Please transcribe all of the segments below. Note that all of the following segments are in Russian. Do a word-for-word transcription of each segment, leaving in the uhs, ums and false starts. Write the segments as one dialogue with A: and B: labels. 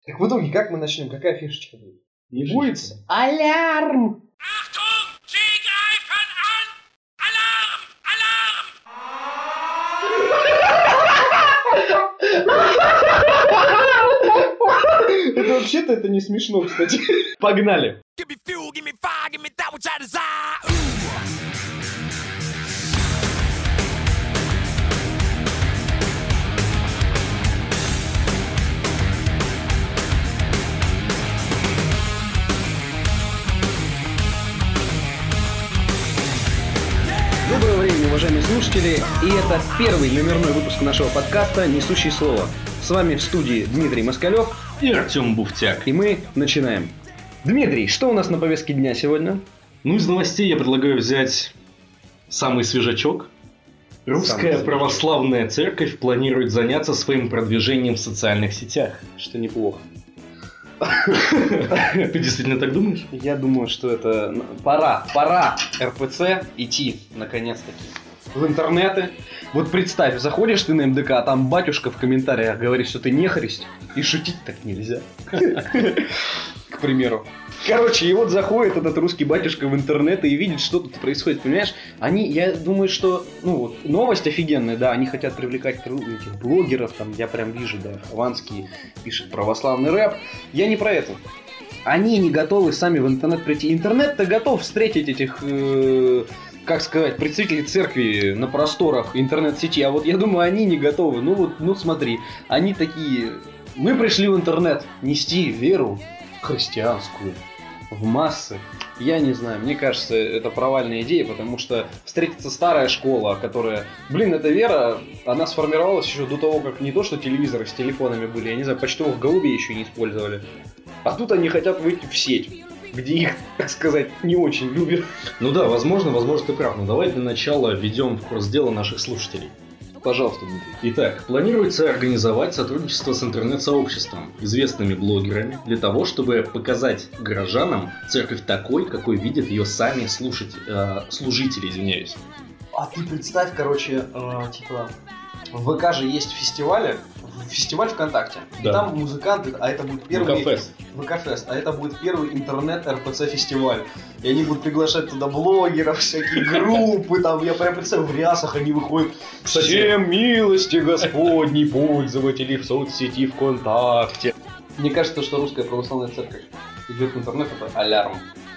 A: Так в итоге, как мы начнем? Какая фишечка будет?
B: Не
A: будет алярм! Это вообще-то это не смешно, кстати. Погнали! Доброго времени, уважаемые слушатели, и это первый номерной выпуск нашего подкаста «Несущий слово». С вами в студии Дмитрий Москалев
B: и Артем Буфтяк.
A: И мы начинаем. Дмитрий, что у нас на повестке дня сегодня?
B: Ну, из новостей я предлагаю взять самый свежачок. Русская
A: Самый
B: православная церковь планирует заняться своим продвижением в социальных сетях.
A: Что неплохо.
B: Ты действительно так думаешь?
A: Я думаю, что это пора, пора эр пэ цэ идти, наконец-таки, в интернеты. Вот представь, заходишь ты на эм дэ ка, а там батюшка в комментариях говорит, что ты нехрист, и шутить так нельзя. К примеру. Короче, и вот заходит этот русский батюшка в интернет и видит, что тут происходит, понимаешь? Они, я думаю, что, ну вот, новость офигенная, да, они хотят привлекать этих блогеров, там, я прям вижу, да, Хованский пишет православный рэп. Я не про это. Они не готовы сами в интернет прийти. Интернет-то готов встретить этих, э, как сказать, представителей церкви на просторах интернет-сети, а вот я думаю, они не готовы. Ну вот, ну смотри, они такие, мы пришли в интернет нести веру христианскую в массы. Я не знаю, мне кажется, это провальная идея, потому что встретится старая школа, которая, блин, эта вера, она сформировалась еще до того, как не то, что телевизоры с телефонами были, я не знаю, почтовых голубей еще не использовали. А тут они хотят выйти в сеть, где их, так сказать, не очень любят.
B: Ну да, возможно, возможно, ты прав, но давай для начала введем в курс дела наших слушателей.
A: Пожалуйста, Дмитрий.
B: Итак, планируется организовать сотрудничество с интернет-сообществом, известными блогерами, для того, чтобы показать горожанам церковь такой, какой видят ее сами слушать, э, служители, извиняюсь.
A: А ты представь, короче, э, типа, в вэ ка же есть фестивали, фестиваль ВКонтакте,
B: Да.
A: и там музыканты, а это будет первый...
B: вэ ка фест.
A: вэ ка фест, а это будет первый интернет-эр пэ цэ фестиваль. И они будут приглашать туда блогеров, всякие группы, там, я прям представляю, в рясах они выходят. Всем милости Господней пользователей в соцсети ВКонтакте. Мне кажется, что русская православная церковь идет в интернет, это алярм.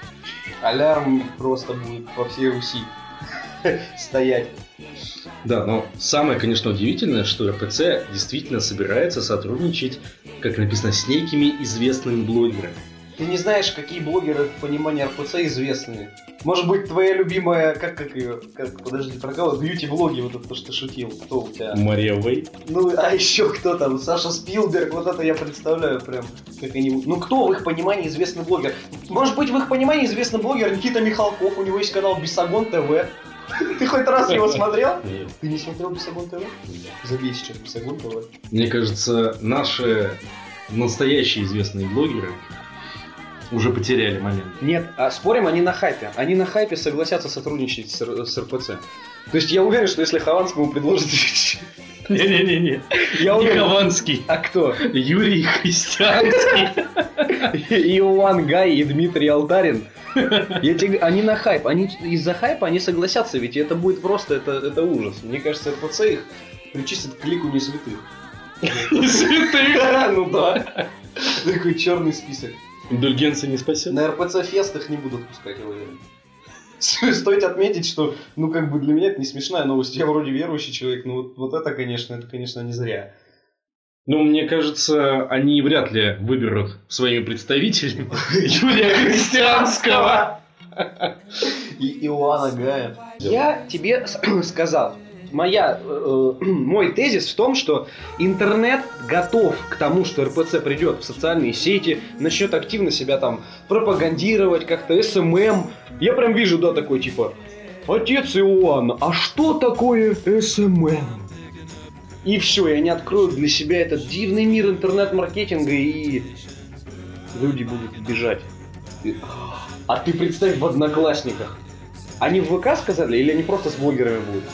A: Алярм просто будет по всей Руси стоять.
B: Да, но самое, конечно, удивительное, что эр пэ цэ действительно собирается сотрудничать, как написано, с некими известными блогерами.
A: Ты не знаешь, какие блогеры в понимании эр пэ цэ известные. Может быть, твоя любимая, как, как ее, как, подожди, про кого? Бьюти-блоги, вот это, то, что ты шутил. Кто у тебя?
B: Мария Вэй.
A: Ну, а еще кто там? Саша Спилберг, вот это я представляю прям, как они... Ну, кто в их понимании известный блогер? Может быть, в их понимании известный блогер Никита Михалков, у него есть канал Бесогон ТВ. Ты хоть раз его смотрел?
B: Нет.
A: Ты не смотрел Бесогон ТВ? Забей сейчас Бесогон ТВ.
B: Мне кажется, наши настоящие известные блогеры уже потеряли момент.
A: Нет, а спорим, они на хайпе. Они на хайпе согласятся сотрудничать с, с эр пэ цэ. То есть я уверен, что если Хованскому предложат...
B: Не-не-не,
A: Я
B: не
A: уверен.
B: Хованский,
A: А кто?
B: Юрий Христианский.
A: И Иоанн Гай, и Дмитрий Алтарин. Я тебе... Они на хайп. Они... Из-за хайпа они согласятся, ведь это будет просто, это, это ужас. Мне кажется, эр пэ цэ их причислит к лику несвятых.
B: Святых!
A: Ну да. Такой черный список.
B: Индульгенция не спасет?
A: На эр пэ цэ фест их не будут пускать, я уверен. Стоит отметить, что, ну, как бы для меня это не смешная новость. Я вроде верующий человек, но вот, вот это, конечно, это, конечно, не зря.
B: Ну, мне кажется, они вряд ли выберут своими представителями Юрия Христианского.
A: И Иоанна Гая. Я тебе сказал, моя, э, мой тезис в том, что интернет готов к тому, что эр пэ цэ придет в социальные сети, начнет активно себя там пропагандировать, как-то эс эм эм. Я прям вижу, да, такой типа, отец Иоанн, а что такое эс эм эм? И все, и они откроют для себя этот дивный мир интернет-маркетинга, и люди будут бежать. А ты представь в Одноклассниках. Они в вэ ка сказали, или они просто с блогерами будут?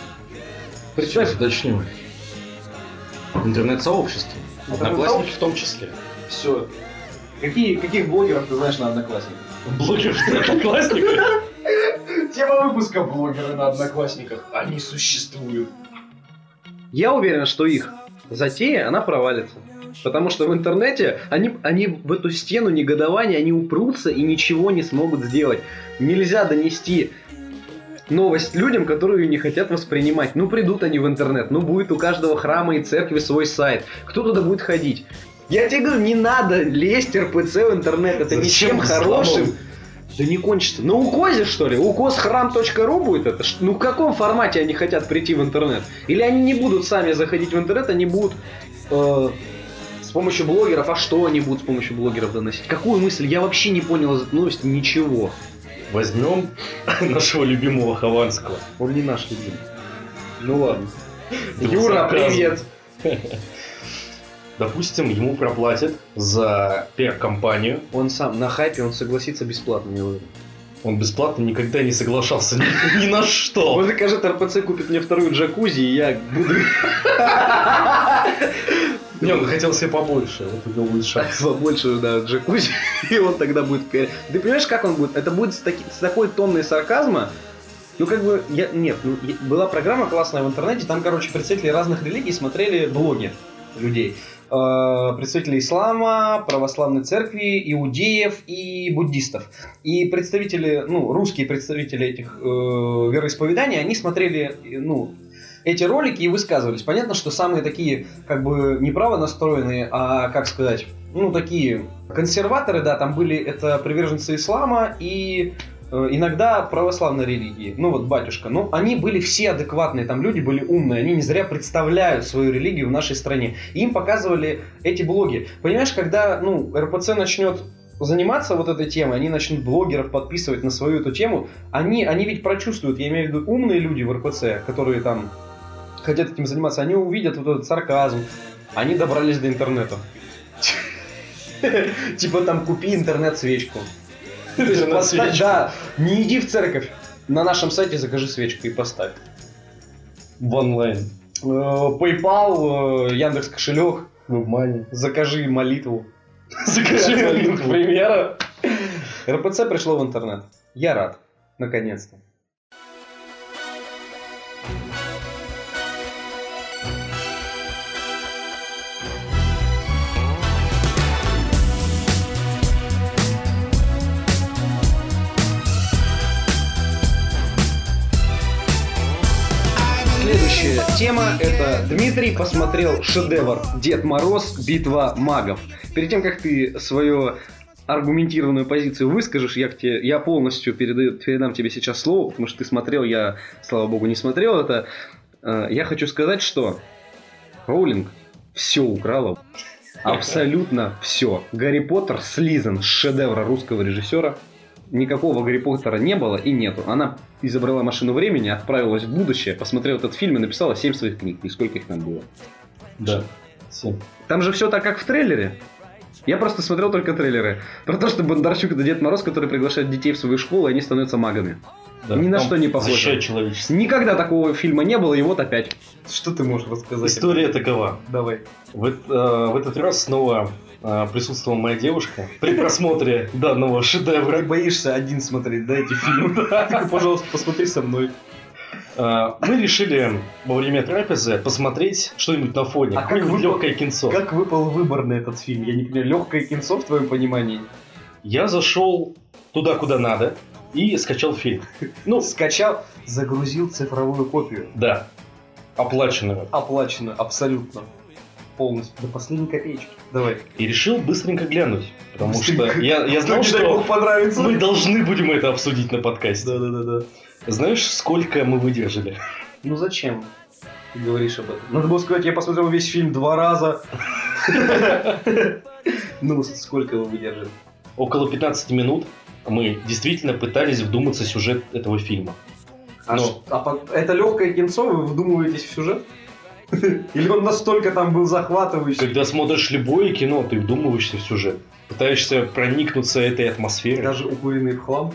B: Представь, уточню. Интернет-сообщество. Одноклассники в том числе.
A: Все. Какие, каких блогеров ты знаешь на Одноклассниках?
B: Блогеров на Одноклассниках?
A: Тема выпуска: блогеры на Одноклассниках. Они существуют. Я уверен, что их затея, она провалится. Потому что в интернете они, они в эту стену негодования, они упрутся и ничего не смогут сделать. Нельзя донести новость людям, которые ее не хотят воспринимать. Ну, придут они в интернет, ну, будет у каждого храма и церкви свой сайт. Кто туда будет ходить? Я тебе говорю, не надо лезть эр пэ цэ в интернет, это ничем хорошим. Да не кончится. На укозе, что ли? укос храм точка ру будет это? Ну, в каком формате они хотят прийти в интернет? Или они не будут сами заходить в интернет, они будут э, с помощью блогеров. А что они будут с помощью блогеров доносить? Какую мысль? Я вообще не понял из этой новости ничего.
B: Возьмем нашего любимого Хованского.
A: Он не наш любимый. Ну ладно. Юра, привет.
B: Допустим, ему проплатят за пиар-компанию.
A: Он сам на хайпе, он согласится бесплатно, не уверен.
B: Он бесплатно никогда не соглашался ни, ни на что.
A: Он скажет, эр пэ цэ купит мне вторую джакузи, и я буду...
B: Не, он хотел себе побольше, вот у него будет шанс.
A: Побольше, да, джакузи, и он тогда будет... Ты понимаешь, как он будет? Это будет с, таки... с такой тонной сарказма. Ну, как бы, я... нет, ну, была программа классная в интернете, там, короче, представители разных религий смотрели блоги людей. Представители ислама, православной церкви, иудеев и буддистов. И представители, ну, русские представители этих э, вероисповеданий, они смотрели, ну, эти ролики и высказывались. Понятно, что самые такие, как бы, не право настроенные, а, как сказать, ну, такие консерваторы, да, там были это приверженцы ислама и иногда православной религии. Ну вот батюшка. Но они были все адекватные, там люди были умные. Они не зря представляют свою религию в нашей стране. И им показывали эти блоги. Понимаешь, когда ну, эр пэ цэ начнет заниматься вот этой темой, они начнут блогеров подписывать на свою эту тему, они, они ведь прочувствуют, я имею в виду умные люди в эр пэ цэ, которые там хотят этим заниматься, они увидят вот этот сарказм. Они добрались до интернета. Типа там купи интернет-свечку. Поставь, да, не иди в церковь. На нашем сайте закажи свечку и поставь.
B: В онлайн.
A: PayPal, Яндекс кошелек.
B: WebMoney.
A: Закажи молитву.
B: Закажи молитву.
A: К примеру. эр пэ цэ пришло в интернет. Я рад. Наконец-то. Следующая тема – это Дмитрий посмотрел шедевр «Дед Мороз. Битва магов». Перед тем, как ты свою аргументированную позицию выскажешь, я, к тебе, я полностью передаю, передам тебе сейчас слово, потому что ты смотрел, я, слава богу, не смотрел это. Я хочу сказать, что Роулинг все украла. Абсолютно все. Гарри Поттер слизан с шедевра русского режиссера. Никакого Гарри Поттера не было и нету. Она изобрела машину времени, отправилась в будущее, посмотрела этот фильм и написала семь своих книг. И сколько их там было?
B: Да, семь.
A: Там же все так, как в трейлере. Я просто смотрел только трейлеры. Про то, что Бондарчук — это Дед Мороз, который приглашает детей в свою школу, и они становятся магами.
B: Да,
A: ни на что не похоже.
B: Защищает человечество.
A: Никогда такого фильма не было, и вот опять. Что ты можешь рассказать?
B: История такова.
A: Давай.
B: В, э, в этот раз снова э, присутствовала моя девушка при просмотре данного шедевра.
A: Ты боишься один смотреть, да, эти фильмы? Ты, пожалуйста, посмотри со мной.
B: Мы решили во время трапезы посмотреть что-нибудь на фоне.
A: А как выпал,
B: легкое кинцо.
A: Как выпал выбор на этот фильм? Я не понимаю, легкое кинцо в твоем понимании?
B: Я зашел туда, куда надо, и скачал фильм.
A: Ну, скачал, загрузил цифровую копию.
B: Да. Оплаченную.
A: Оплаченную, абсолютно. Полностью, до последней копеечки. Давай.
B: И решил быстренько глянуть. Потому
A: быстренько.
B: что я, я знал, что
A: понравится.
B: Мы должны будем это обсудить на подкасте.
A: Да-да-да.
B: Знаешь, сколько мы выдержали?
A: Ну зачем ты говоришь об этом? Надо было сказать, я посмотрел весь фильм два раза. Ну, сколько вы выдержали?
B: Около пятнадцать минут мы действительно пытались вдуматься в сюжет этого фильма.
A: А, Но... а это легкое кинцо, вы вдумываетесь в сюжет? Или он настолько там был захватывающий?
B: Когда смотришь любое кино, ты вдумываешься в сюжет. Пытаешься проникнуться этой атмосферой.
A: Даже укуренный в хлам?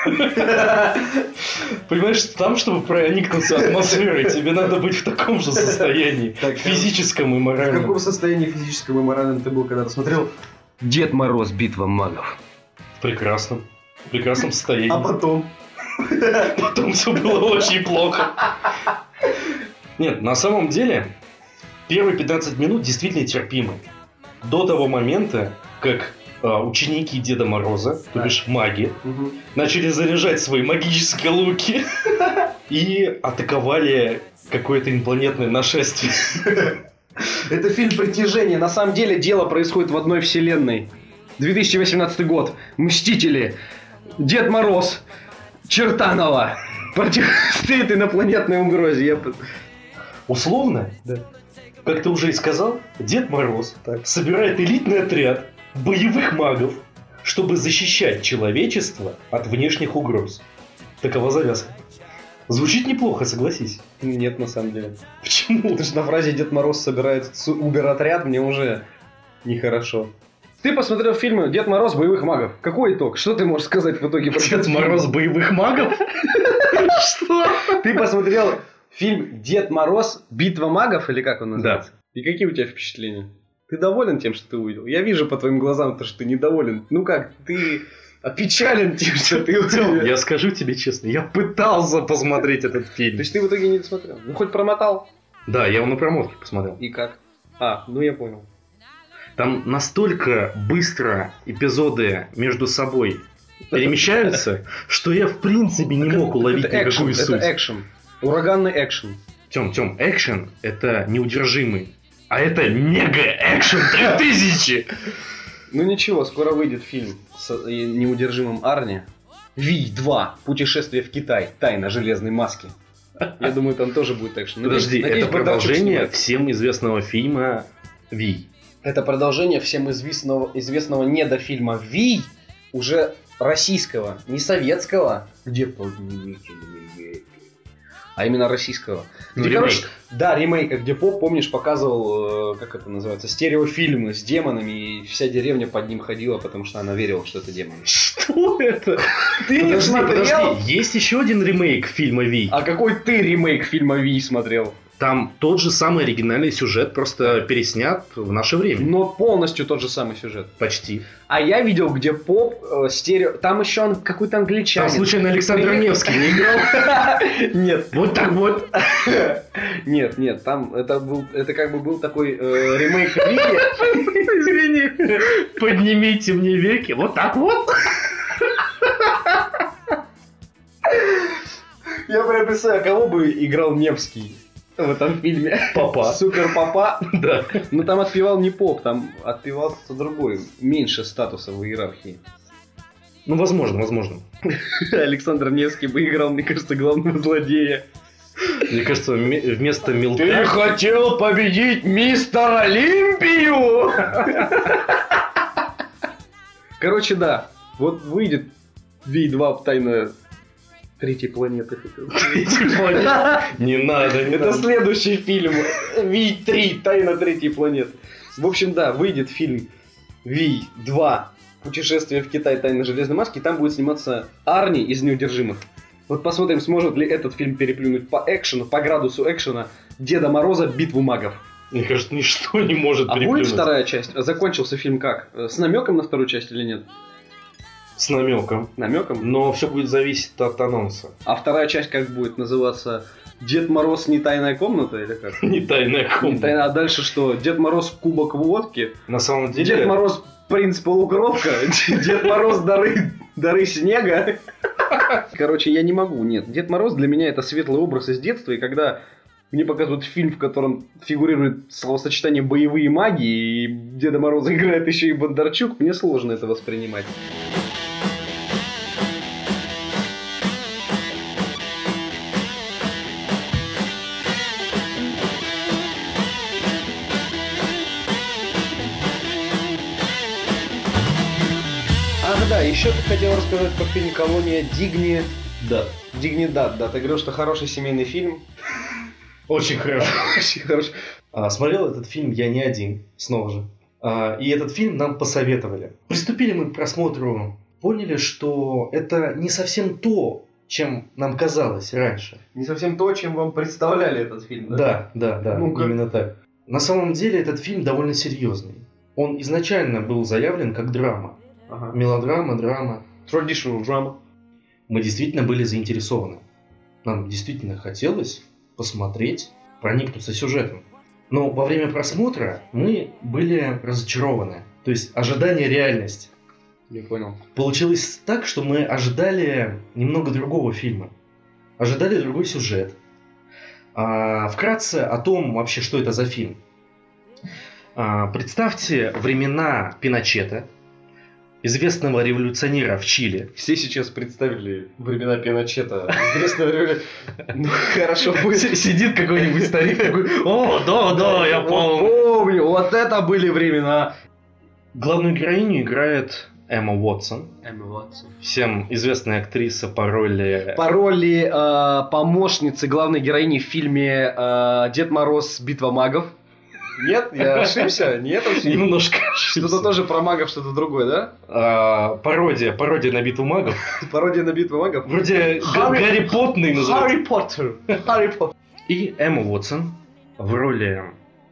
B: Понимаешь, там, чтобы проникнуться атмосферой, тебе надо быть в таком же состоянии. Так, физическом и моральном.
A: В каком состоянии физическом и моральном ты был, когда ты смотрел Дед Мороз, битва магов.
B: В прекрасном, в прекрасном состоянии.
A: А потом?
B: Потом все было очень плохо. Нет, на самом деле, первые пятнадцать минут действительно терпимы. До того момента, как а, ученики Деда Мороза, то бишь маги,
A: Угу.
B: начали заряжать свои магические луки и атаковали какое-то инопланетное нашествие.
A: Это фильм «Притяжение». На самом деле дело происходит в одной вселенной. две тысячи восемнадцатый год. Мстители. Дед Мороз. Чертанова. Противостоит инопланетной угрозе. Я...
B: Условно,
A: Да.
B: как ты уже и сказал, Дед Мороз
A: Так.
B: собирает элитный отряд боевых магов, чтобы защищать человечество от внешних угроз. Такова завязка. Звучит неплохо, согласись.
A: Нет, на самом деле.
B: Почему?
A: Потому что на фразе «Дед Мороз собирает убер-отряд» мне уже нехорошо. Ты посмотрел фильмы «Дед Мороз. Боевых магов». Какой итог? Что ты можешь сказать в итоге про
B: Дед
A: этот фильм?
B: Мороз боевых магов? Что?
A: Ты посмотрел фильм «Дед Мороз. Битва магов» или как он называется? И какие у тебя впечатления? Ты доволен тем, что ты увидел? Я вижу по твоим глазам, то, что ты недоволен. Ну как, ты опечален тем, что ты увидел.
B: Я скажу тебе честно, я пытался посмотреть этот фильм.
A: То есть ты в итоге не досмотрел? Ну хоть промотал?
B: Да, я его на промотке посмотрел.
A: И как? А, ну я понял.
B: Там настолько быстро эпизоды между собой перемещаются, что я в принципе не мог уловить
A: Это экшен,
B: никакую суть.
A: это экшен. Ураганный экшен.
B: Тем, Тем, экшен это неудержимый. А это мега-экшен три тысячи!
A: Ну ничего, скоро выйдет фильм с э, неудержимым Арни. Вий два. Путешествие в Китай. Тайна железной маски. Я думаю, там тоже будет экшен.
B: Подожди,
A: Надеюсь,
B: это
A: Бондарчук
B: продолжение
A: снимает.
B: всем известного фильма «Вий».
A: Это продолжение всем известного, известного недофильма Вий, уже российского, не советского. Где поднимите веки? А именно российского.
B: Ну,
A: Где,
B: ремейк.
A: короче, да, ремейка, где поп, помнишь, показывал, э, как это называется, стереофильмы с демонами, и вся деревня под ним ходила, потому что она верила, что это демоны.
B: Что это?
A: Ты не
B: Подожди,
A: смотрел?
B: подожди, есть еще один ремейк фильма «Вий».
A: А какой ты ремейк фильма Вий смотрел?
B: Там тот же самый оригинальный сюжет, просто переснят в наше время.
A: Но полностью тот же самый сюжет.
B: Почти.
A: А я видел, где поп, э, стерео... Там еще он какой-то англичанин.
B: Там случайно Александр
A: Привет.
B: Невский не играл?
A: Нет.
B: Вот так вот.
A: Нет, нет, там это был, это как бы был такой э, ремейк Вии.
B: Извини. Поднимите мне веки. Вот так вот.
A: Я прям представляю, кого бы играл Невский в этом фильме.
B: Папа.
A: Супер папа.
B: Да.
A: Но там отпевал не поп, там отпевался другой, меньше статуса в иерархии.
B: Ну, возможно, возможно.
A: Александр Невский бы играл, мне кажется, главного злодея.
B: Мне кажется, ме- вместо мелка...
A: Ты хотел победить мистер Олимпию! Короче, да. Вот выйдет Вий два тайна третьей планеты.
B: Не надо, не
A: Это
B: надо.
A: следующий фильм. Вий три тайна третьей планеты. В общем, да, выйдет фильм Вий два путешествие в Китай тайны железной маски. И там будет сниматься Арни из неудержимых. Вот посмотрим, сможет ли этот фильм переплюнуть по экшену, по градусу экшена Деда Мороза битву магов.
B: Мне кажется, ничто не может
A: А будет
B: переплюнуть.
A: вторая часть? Закончился фильм как? С намеком на вторую часть или нет?
B: С намеком.
A: Намеком?
B: Но все будет зависеть от анонса.
A: А вторая часть как будет называться? Дед Мороз не тайная комната или как?
B: Не тайная
A: Не
B: комната.
A: тайна, а дальше что? Дед Мороз кубок водки?
B: На самом деле...
A: Дед Мороз принц полукровка? Дед Мороз дары, дары снега? Короче, я не могу, нет. Дед Мороз для меня это светлый образ из детства, и когда мне показывают фильм, в котором фигурирует словосочетание боевые маги, и Деда Мороза играет еще и Бондарчук, мне сложно это воспринимать. Ах да, еще ты хотел рассказать про фильм «Колония Дигни».
B: Да.
A: Дигнидад, да, ты говорил, что хороший семейный фильм.
B: Очень хорошо.
A: Очень хороший.
B: А, смотрел этот фильм я не один, снова же. А, и этот фильм нам посоветовали. Приступили мы к просмотру, поняли, что это не совсем то, чем нам казалось раньше.
A: Не совсем то, чем вам представляли этот фильм, да?
B: Да, да, да,
A: Ну-ка.
B: именно так. На самом деле этот фильм довольно серьезный. Он изначально был заявлен как драма.
A: Ага.
B: Мелодрама, драма.
A: Traditional drama.
B: Мы действительно были заинтересованы. Нам действительно хотелось посмотреть, проникнуться сюжетом. Но во время просмотра мы были разочарованы. То есть ожидание реальность.
A: Не понял.
B: Получилось так, что мы ожидали немного другого фильма. Ожидали другой сюжет. А, вкратце о том вообще, что это за фильм. А, представьте времена Пиночета, известного революционера в Чили.
A: Все сейчас представили времена Пиночета. Известного революционера. Ну, хорошо, пусть сидит какой-нибудь старик такой: о, да, да, я помню. Помню, вот это были времена.
B: Главную героиню играет Эмма Уотсон.
A: Эмма Уотсон.
B: Всем известная актриса по роли...
A: По роли э, помощницы главной героини в фильме э, «Дед Мороз. Битва магов». Нет, я ошибся? Нет,
B: немножко ошибся.
A: Что-то тоже про магов, что-то другое, да?
B: А, пародия, пародия на битву магов.
A: Пародия на битву магов?
B: Вроде Гарри Поттер называется.
A: Харри Поттер. Харри Поттер.
B: И Эмма Уотсон в роли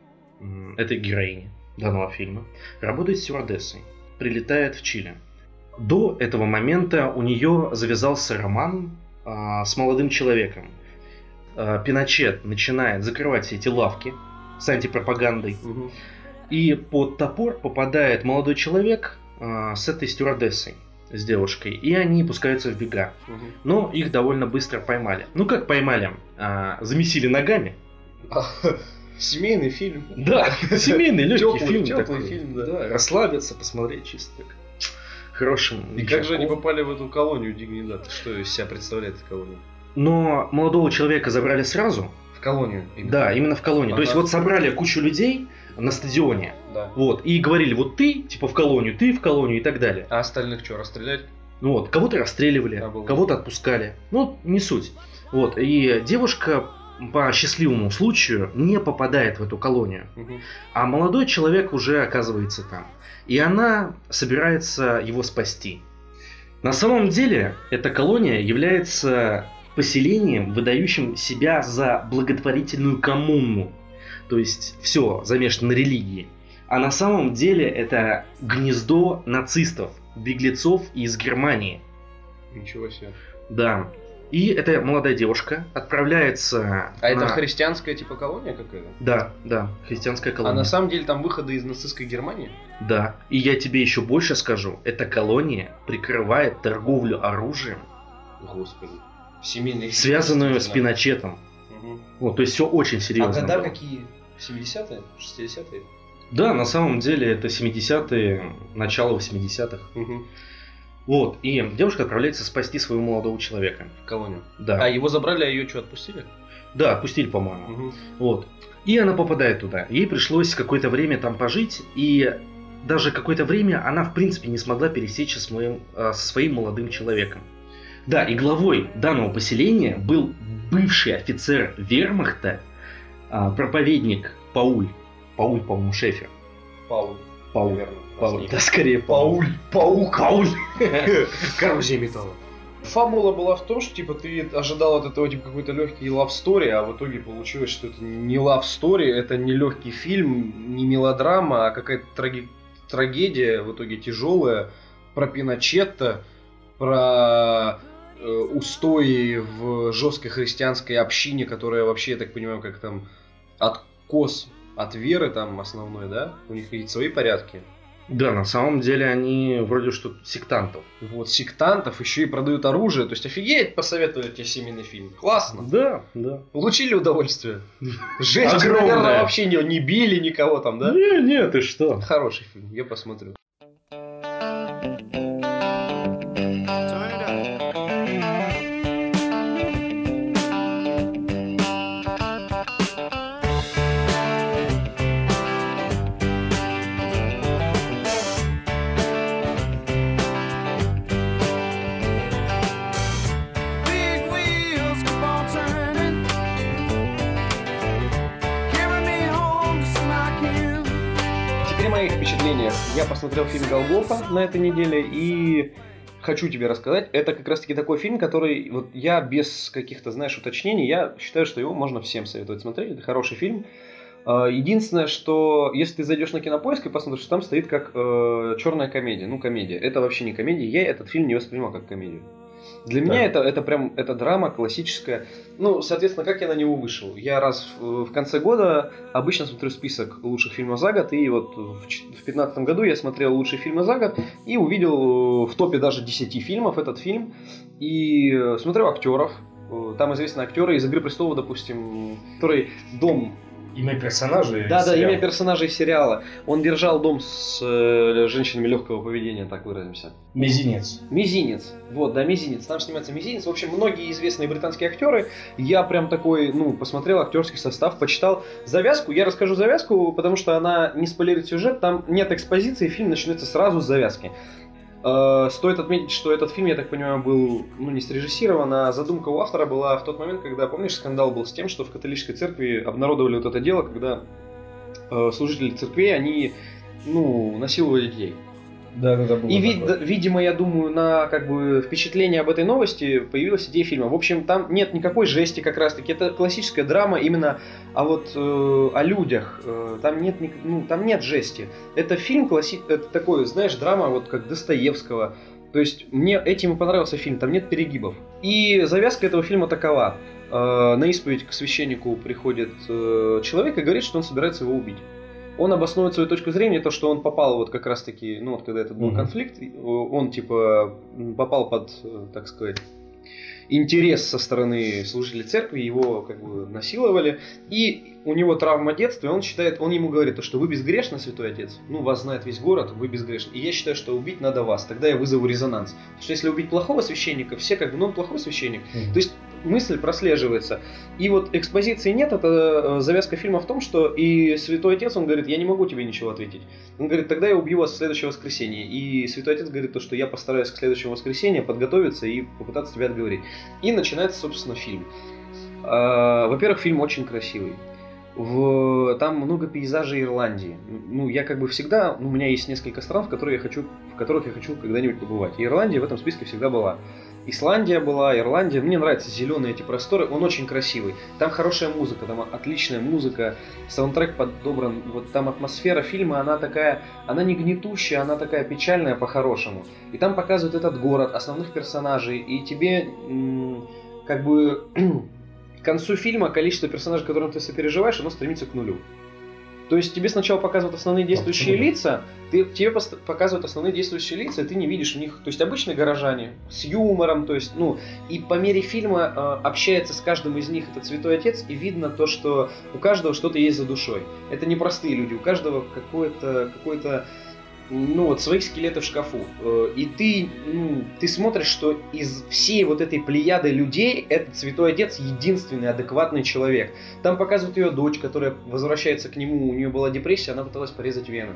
B: этой героини данного фильма работает стюардессой, прилетает в Чили. До этого момента у нее завязался роман а, с молодым человеком. А, Пиночет начинает закрывать все эти лавки с антипропагандой. Угу. И под топор попадает молодой человек а, с этой стюардессой, с девушкой. И они пускаются в бега. Угу. Но их довольно быстро поймали. Ну как поймали? А, замесили ногами.
A: Семейный фильм.
B: Да, семейный легкий фильм.
A: Теплый фильм, да.
B: Да. Расслабиться, посмотреть чисто так. Хорошим.
A: И как же они попали в эту колонию Дигнидад? Что из себя представляет эта колония?
B: Но молодого человека забрали сразу.
A: В колонию?
B: Именно. Да, именно в колонию. Ага. То есть вот собрали кучу людей на стадионе.
A: Да.
B: Вот, и говорили: вот ты, типа, в колонию, ты в колонию и так далее.
A: А остальных что, расстрелять?
B: Ну вот, кого-то расстреливали, а, кого-то отпускали. Ну, не суть. Вот, и девушка по счастливому случаю не попадает в эту колонию. Угу. А молодой человек уже оказывается там. И она собирается его спасти. На самом деле, эта колония является поселением, выдающим себя за благотворительную коммуну. То есть все замешано на религии. А на самом деле это гнездо нацистов, беглецов из Германии.
A: Ничего себе.
B: Да. И эта молодая девушка отправляется...
A: А
B: на...
A: это христианская типа колония какая-то?
B: Да, да, христианская колония.
A: А на самом деле там выходы из нацистской Германии?
B: Да. И я тебе еще больше скажу. Эта колония прикрывает торговлю оружием.
A: Господи. Семейный...
B: Связанную с Пиночетом. Угу. Вот, то есть все очень серьезно.
A: А года
B: было.
A: какие? семидесятые? шестидесятые?
B: Да, на самом деле это семидесятые, начало восьмидесятых.
A: Угу.
B: Вот, и девушка отправляется спасти своего молодого человека.
A: В колонию?
B: Да.
A: А его забрали, а ее что, отпустили?
B: Да, отпустили, по-моему.
A: Угу.
B: Вот. И она попадает туда. Ей пришлось какое-то время там пожить, и даже какое-то время она, в принципе, не смогла пересечься с моим, со своим молодым человеком. Да, и главой данного поселения был бывший офицер вермахта, проповедник Пауль. Пауль, по-моему, Шефер.
A: Пауль.
B: Пауль.
A: Наверное,
B: Пауль. Да, скорее
A: Пауль. Паук.
B: Пауль.
A: Коррозия металла. Фабула была в том, что типа ты ожидал от этого типа какой-то легкий love story, а в итоге получилось, что это не love story, это не легкий фильм, не мелодрама, а какая-то траги... трагедия, в итоге тяжелая, про Пиночета, про э, устои в жесткой христианской общине, которая вообще, я так понимаю, как там откос от веры там основной, да? У них есть свои порядки.
B: Да, на самом деле они вроде что сектантов.
A: Вот, сектантов, еще и продают оружие. То есть офигеть, посоветовали тебе семейный фильм. Классно.
B: Да, да.
A: Получили удовольствие? Жесть, наверное, вообще не, не били никого там, да?
B: Не, не, ты что?
A: Хороший фильм, я посмотрю. Я посмотрел фильм «Голгофа» на этой неделе и хочу тебе рассказать, это как раз таки такой фильм, который вот я без каких-то, знаешь, уточнений, я считаю, что его можно всем советовать смотреть, это хороший фильм. Единственное, что если ты зайдешь на Кинопоиск и посмотришь, там стоит как э, черная комедия. Ну, комедия. Это вообще не комедия. Я этот фильм не воспринимал как комедию. Для меня это, это прям это драма классическая. Ну, соответственно, как я на него вышел? Я раз в, в конце года обычно смотрю список лучших фильмов за год. И вот в две тысячи пятнадцатом году я смотрел лучшие фильмы за год и увидел в топе даже десяти фильмов этот фильм. И смотрю актеров. Там известные актеры из «Игры престолов», допустим, который дом...
C: Имя персонажей?
A: Да, да, имя персонажей сериала. Он держал дом с э, женщинами легкого поведения, так выразимся.
C: Мизинец.
A: Мизинец. Вот, да, Мизинец. Там снимается Мизинец. В общем, многие известные британские актеры. Я прям такой, ну, посмотрел актерский состав, почитал завязку. Я расскажу завязку, потому что она не спойлерит сюжет. Там нет экспозиции, фильм начинается сразу с завязки. Стоит отметить, что этот фильм, я так понимаю, был ну, не срежиссирован, а задумка у автора была в тот момент, когда, помнишь, скандал был с тем, что в католической церкви обнародовали вот это дело, когда э, служители церкви, они ну, насиловали детей.
C: Да, да, да, было
A: И,
C: такое.
A: вид, видимо, я думаю, на как бы впечатление об этой новости появилась идея фильма. В общем, там нет никакой жести как раз-таки. Это классическая драма именно а вот, э, о людях. Э, там, нет, ну, там нет жести. Это фильм, класси... это такой, знаешь, драма вот как Достоевского. То есть мне этим и понравился фильм, там нет перегибов. И завязка этого фильма такова. Э, на исповедь к священнику приходит э, человек и говорит, что он собирается его убить. Он обосновывает свою точку зрения, то, что он попал вот как раз-таки, ну вот когда этот был mm-hmm. конфликт, он типа попал под, так сказать, интерес со стороны служителей церкви, его как бы насиловали, и у него травма детства, и он считает, он ему говорит, что вы безгрешны, святой отец, ну вас знает весь город, вы безгрешны, и я считаю, что убить надо вас, тогда я вызову резонанс. Потому что если убить плохого священника, все как бы, ну он плохой священник, mm-hmm. то есть мысль прослеживается. И вот экспозиции нет, это завязка фильма в том, что и святой отец, он говорит, я не могу тебе ничего ответить. Он говорит, тогда я убью вас в следующее воскресенье. И святой отец говорит, то, что я постараюсь к следующему воскресенью подготовиться и попытаться тебя отговорить. И начинается, собственно, фильм. Во-первых, фильм очень красивый. В... Там много пейзажей Ирландии. Ну, я как бы всегда, ну, у меня есть несколько стран, в которые я хочу, в которых я хочу когда-нибудь побывать. И Ирландия в этом списке всегда была. Исландия была, Ирландия. Мне нравятся зеленые эти просторы, он очень красивый. Там хорошая музыка, там отличная музыка, саундтрек подобран. Вот там атмосфера фильма, она такая, она не гнетущая, она такая печальная по-хорошему. И там показывают этот город, основных персонажей, и тебе м- как бы к концу фильма количество персонажей, которым ты сопереживаешь, оно стремится к нулю. То есть тебе сначала показывают основные действующие а, лица, ты, тебе пост- показывают основные действующие лица, и ты не видишь в них, то есть обычные горожане с юмором, то есть, ну, и по мере фильма э, общается с каждым из них этот святой отец, и видно то, что у каждого что-то есть за душой. Это не простые люди, у каждого какое-то, какое-то, ну вот, своих скелетов в шкафу. И ты, ну, ты смотришь, что из всей вот этой плеяды людей этот святой отец единственный адекватный человек. Там показывают ее дочь, которая возвращается к нему, у нее была депрессия, она пыталась порезать вены.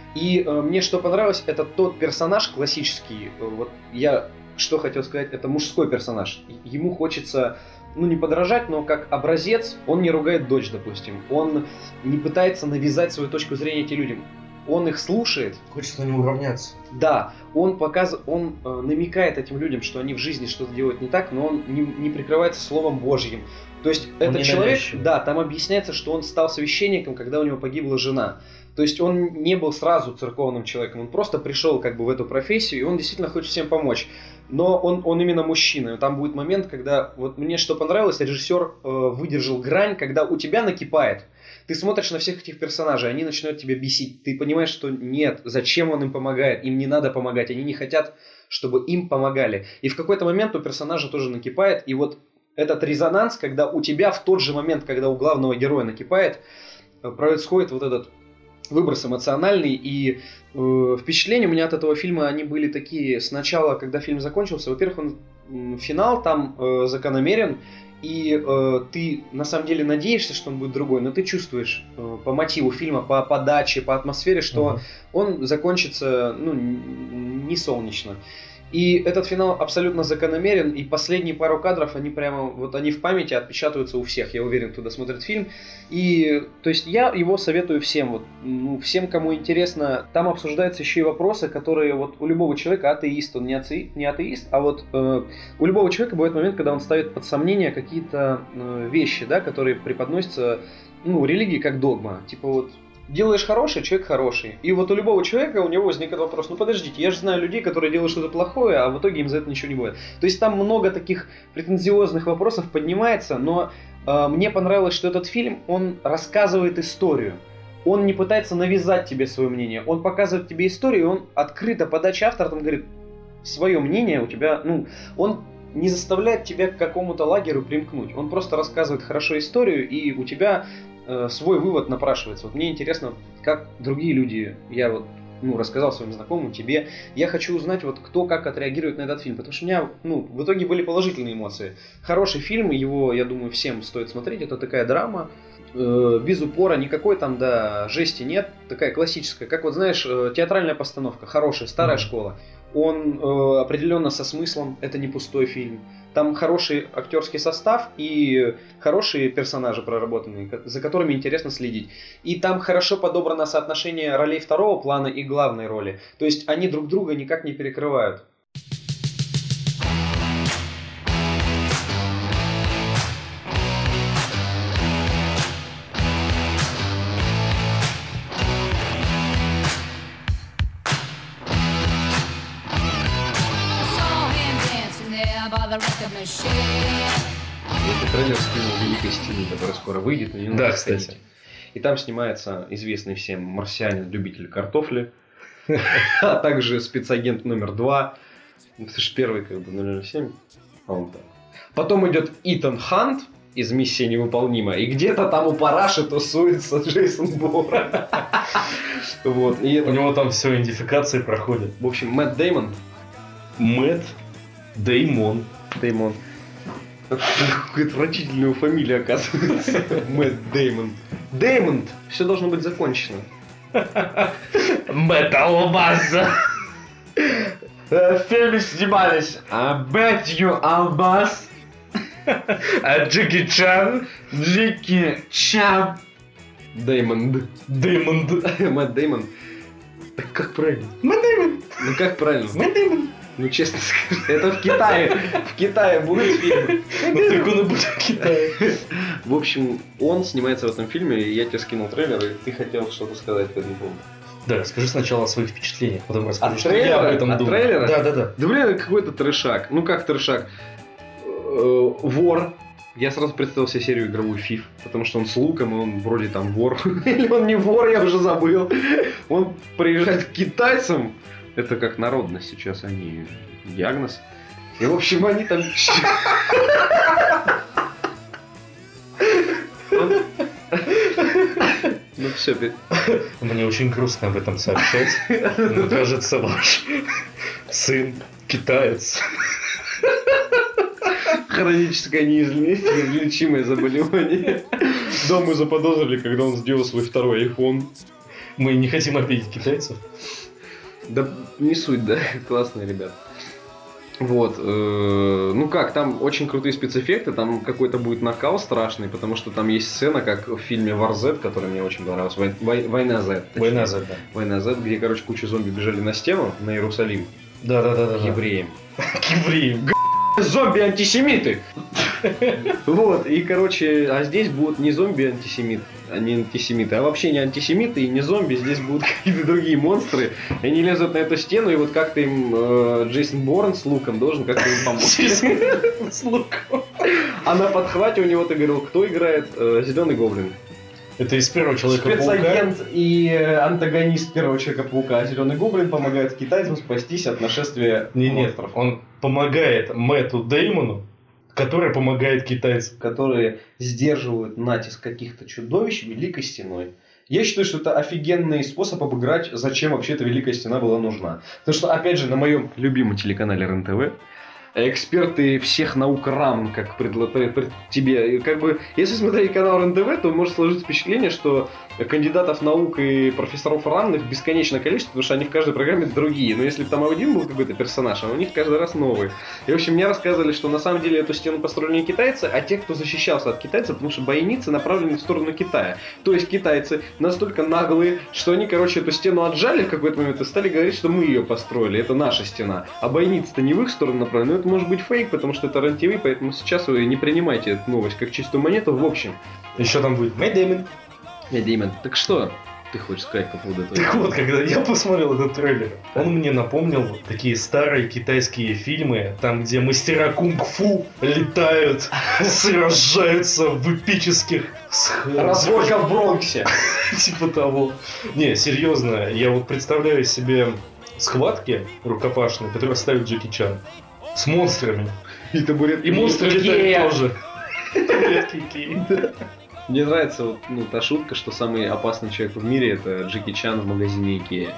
A: И э, мне что понравилось, это тот персонаж классический, вот я что хотел сказать, это мужской персонаж. Ему хочется, ну не подражать, но как образец, он не ругает дочь, допустим. Он не пытается навязать свою точку зрения этим людям. Он их слушает.
C: Хочется на него равняться.
A: Да, он показ... он э, намекает этим людям, что они в жизни что-то делают не так, но он не, не прикрывается словом Божьим. То есть он этот человек, да, там объясняется, что он стал священником, когда у него погибла жена. То есть он не был сразу церковным человеком, он просто пришел как бы в эту профессию, и он действительно хочет всем помочь. Но он, он именно мужчина. Там будет момент, когда, вот мне что понравилось, режиссер э, выдержал грань, когда у тебя накипает. Ты смотришь на всех этих персонажей, они начинают тебя бесить. Ты понимаешь, что нет, зачем он им помогает, им не надо помогать, они не хотят, чтобы им помогали. И в какой-то момент у персонажа тоже накипает, и вот этот резонанс, когда у тебя в тот же момент, когда у главного героя накипает, происходит вот этот выброс эмоциональный, и э, впечатления у меня от этого фильма, они были такие, сначала, когда фильм закончился, во-первых, он, финал там э, закономерен, и э, ты на самом деле надеешься, что он будет другой, но ты чувствуешь э, по мотиву фильма, по подаче, по атмосфере, что uh-huh. он закончится, ну, не солнечно. И этот финал абсолютно закономерен, и последние пару кадров, они прямо, вот они в памяти отпечатываются у всех, я уверен, кто досмотрит фильм. И, то есть, я его советую всем, вот, ну, всем, кому интересно. Там обсуждаются еще и вопросы, которые вот у любого человека, атеист, он не, ате, не атеист, а вот э, у любого человека бывает момент, когда он ставит под сомнение какие-то э, вещи, да, которые преподносятся, ну, религии как догма, типа вот... Делаешь хороший, человек хороший. И вот у любого человека у него возникает вопрос, ну подождите, я же знаю людей, которые делают что-то плохое, а в итоге им за это ничего не будет. То есть там много таких претензиозных вопросов поднимается, но э, мне понравилось, что этот фильм, он рассказывает историю. Он не пытается навязать тебе свое мнение, он показывает тебе историю, и он открыто, подача автора, там говорит, свое мнение у тебя, ну, он не заставляет тебя к какому-то лагерю примкнуть. Он просто рассказывает хорошо историю, и у тебя... свой вывод напрашивается. Вот мне интересно, как другие люди, я вот ну, рассказал своим знакомым, тебе, я хочу узнать, вот кто как отреагирует на этот фильм, потому что у меня, ну, в итоге были положительные эмоции. Хороший фильм, его, я думаю, всем стоит смотреть, это такая драма, э, без упора, никакой там, да, жести нет, такая классическая, как вот, знаешь, театральная постановка, хорошая, старая mm-hmm. школа. Он э, определенно со смыслом, это не пустой фильм. Там хороший актерский состав и хорошие персонажи проработанные, за которыми интересно следить. И там хорошо подобрано соотношение ролей второго плана и главной роли. То есть они друг друга никак не перекрывают. Это трейлер с фильма «Великой стены», который скоро выйдет, но не надо
C: да,
A: сходить.
C: кстати.
A: И там снимается известный всем марсианин-любитель картофли, а также спецагент номер два. Это же первый, как бы, ноль ноль семь. А он так. Потом идет Итан Хант из «Миссия невыполнима», и где-то там у параши тусуется Джейсон Борн. Вот. И это...
C: У него там все идентификации проходит.
A: В общем, Мэтт Дэймон.
C: Мэтт Дэймон.
A: Дэймон. Какая отвратительная фамилия, оказывается. Мэтт Дэймон. Дэймон! Все должно быть закончено.
C: Мэтт Албаза.
A: В фильме снимались Мэтью Албаз,
C: Джеки Чан.
A: Джеки Чан. Дэймон.
C: Дэймон.
A: Мэтт Дэймон. Так как правильно?
C: Мэтт Дэймон.
A: Ну как правильно?
C: Мэтт Дэймон.
A: Ну честно скажу, это в Китае. В Китае будет фильм.
C: Ну так он и будет в Китае.
A: В общем, он снимается в этом фильме, и я тебе скинул трейлер, и ты хотел что-то сказать по этому поводу.
C: Да, скажи сначала о своих впечатлениях, потом расскажи,
A: От
C: что
A: трейлера?
C: я об этом
A: От
C: думаю.
A: трейлера?
C: Да, да, да.
A: Да блин, какой-то трешак. Ну как трешак? Э, Вор. Я сразу представил себе серию игровую фиф, потому что он с луком, и он вроде там вор. Или он не вор, я уже забыл. Он приезжает к китайцам. Это как народность сейчас, они диагноз. И в общем они там... Ну все,
C: мне очень грустно об этом сообщать. Мне кажется, ваш сын китаец.
A: Хроническое неизлечимое заболевание. Да, мы заподозрили, когда он сделал свой второй iPhone.
C: Мы не хотим обидеть китайцев.
A: Да не суть, да, классные ребята. Вот, э, ну как, там очень крутые спецэффекты, там какой-то будет накал страшный, потому что там есть сцена, как в фильме War Z, который мне очень понравился, Вой, Вой, Война Z.
C: Война Z, да.
A: Война Z, где, короче, куча зомби бежали на стену, на Иерусалим.
C: Да, да, да, да.
A: К евреям.
C: К евреям.
A: Зомби-антисемиты! Вот, и, короче, а здесь будут не зомби-антисемиты, а не антисемиты, а вообще не антисемиты и не зомби, здесь будут какие-то другие монстры, и они лезут на эту стену, и вот как-то им э, Джейсон Борн с луком должен как-то им помочь.
C: С луком.
A: А на подхвате у него, ты говорил, кто играет? Э, Зеленый Гоблин.
C: Это из первого Человека-паука.
A: Спецагент и антагонист первого Человека-паука. Зеленый Гоблин помогает китайцам спастись от нашествия
C: не,
A: монстров.
C: Нет, он помогает Мэтту Дэймону, который помогает китайцам.
A: Которые сдерживают натиск каких-то чудовищ Великой Стеной. Я считаю, что это офигенный способ обыграть, зачем вообще эта Великая Стена была нужна. Потому что, опять же, на моем любимом телеканале РЕН-ТВ эксперты всех наук равно, как предла- пред- пред- тебе. Как бы, если смотреть канал РЕН-ТВ, то может сложиться впечатление, что кандидатов наук и профессоров равных бесконечное количество, потому что они в каждой программе другие. Но если бы там один был какой-то персонаж, а у них каждый раз новый. И, в общем, мне рассказывали, что на самом деле эту стену построили не китайцы, а те, кто защищался от китайцев, потому что бойницы направлены в сторону Китая. То есть китайцы настолько наглые, что они, короче, эту стену отжали в какой-то момент и стали говорить, что мы ее построили, это наша стена. А бойницы-то не в их сторону направлены, но это может быть фейк, потому что это РЕН-ТВ, поэтому сейчас вы не принимайте эту новость как чистую монету. В общем,
C: Еще там будет Мэтт Дэймон.
A: Мэтт Дэймон, так что ты хочешь сказать по поводу этого?
C: Так вот, когда я посмотрел этот трейлер, он мне напомнил такие старые китайские фильмы, там, где мастера кунг-фу летают, сражаются в эпических
A: Разборка в Бронксе.
C: типа того. Не, серьезно, я вот представляю себе схватки рукопашные, которые ставит Джеки Чан с монстрами.
A: И табурет.
C: И монстры летают тоже. Табуретки Икеи.
A: Мне нравится вот, ну, та шутка, что самый опасный человек в мире это Джеки Чан в магазине Икея.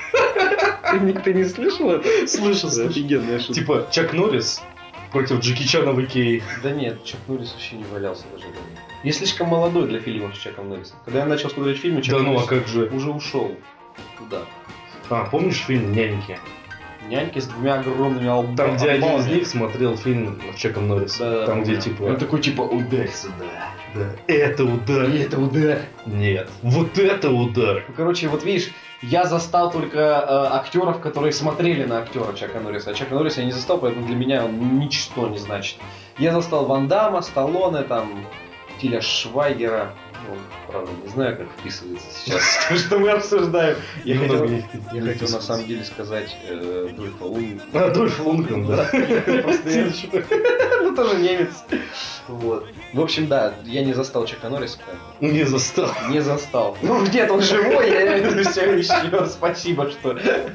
A: Ты не, ты не слышал это?
C: Слышал, да.
A: Офигенная шутка.
C: Типа Чак Норрис против Джеки Чана в Икее.
A: Да нет, Чак Норрис вообще не валялся даже. Я слишком молодой для фильмов с Чаком Норрисом. Когда я начал смотреть фильмы, Чак
C: Да ну,
A: Норрис
C: а как же?
A: уже ушел туда.
C: А, помнишь фильм «Няньки»?
A: Няньки с двумя огромными албами.
C: Там, где один из них смотрел фильм с Чаком Норрисом.
A: Да,
C: Там, где
A: да.
C: типа...
A: Он такой типа ударь сюда.
C: Да. Это удар.
A: И это удар.
C: Нет. Вот это удар.
A: Ну, короче, вот видишь, я застал только э, актеров, которые смотрели на актера Чака Норриса. А Чака Норриса я не застал, поэтому для меня он ничто не значит. Я застал Ван Дамма, Сталлоне, там, Тиля Швайгера. Ну, правда, не знаю, как вписывается сейчас то, что мы обсуждаем. Я
C: Ну,
A: хотел,
C: да, не-
A: я
C: не
A: хотел на
C: вписывается.
A: самом деле сказать э, Дольфа Лунгрена.
C: А, Дольф Лундгрен, да.
A: Просто я- Ну, тоже немец. Вот. В общем, да, я не застал Чака Норриса. поэтому.
C: Не застал.
A: Не застал. Ну, где-то он живой, я это все еще. Спасибо, что...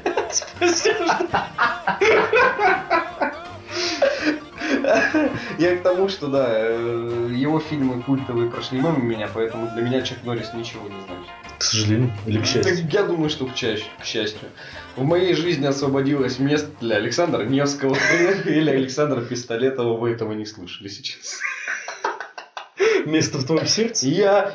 A: Я к тому, что, да, э, его фильмы культовые прошли мимо меня, поэтому для меня Чак Норрис ничего не значит.
C: К сожалению. Или к счастью.
A: Так я думаю, что к счастью. К счастью. В моей жизни освободилось место для Александра Невского или Александра Пистолетова. Вы этого не слышали сейчас.
C: Место в твоем сердце?
A: Я...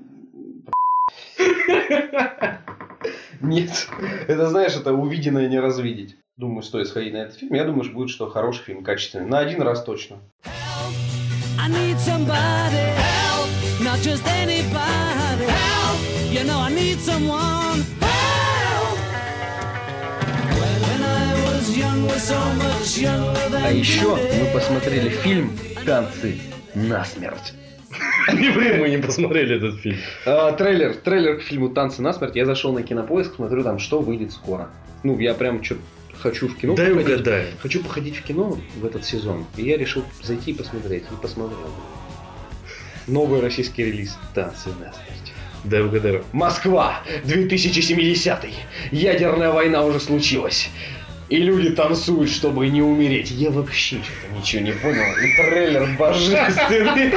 A: Нет. Это, знаешь, это увиденное не развидеть. Думаю, стоит сходить на этот фильм. Я думаю, что будет, что хороший фильм, качественный. На один раз точно.
D: I need somebody help, not just anybody help. You know I need someone help. When I was young, was so much younger than
A: А еще
D: today.
A: мы посмотрели фильм «Танцы насмерть».
C: Мы не посмотрели этот фильм.
A: А, трейлер, трейлер к фильму «Танцы насмерть». Я зашел на Кинопоиск, смотрю там, что выйдет скоро. Ну, я прям что хочу в кино
C: Дай
A: походить.
C: угадаю.
A: Хочу походить в кино в этот сезон. И я решил зайти и посмотреть. И посмотрел. Новый российский релиз «Танцы насмерть».
C: Дай угадаю.
A: Москва, две тысячи семидесятый. Ядерная война уже случилась. И люди танцуют, чтобы не умереть. Я вообще что-то ничего не понял. И трейлер божественный.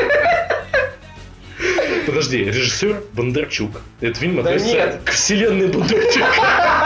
C: Подожди, режиссер Бондарчук. Этот фильм
A: Да
C: относится
A: нет.
C: к вселенной Бондарчука.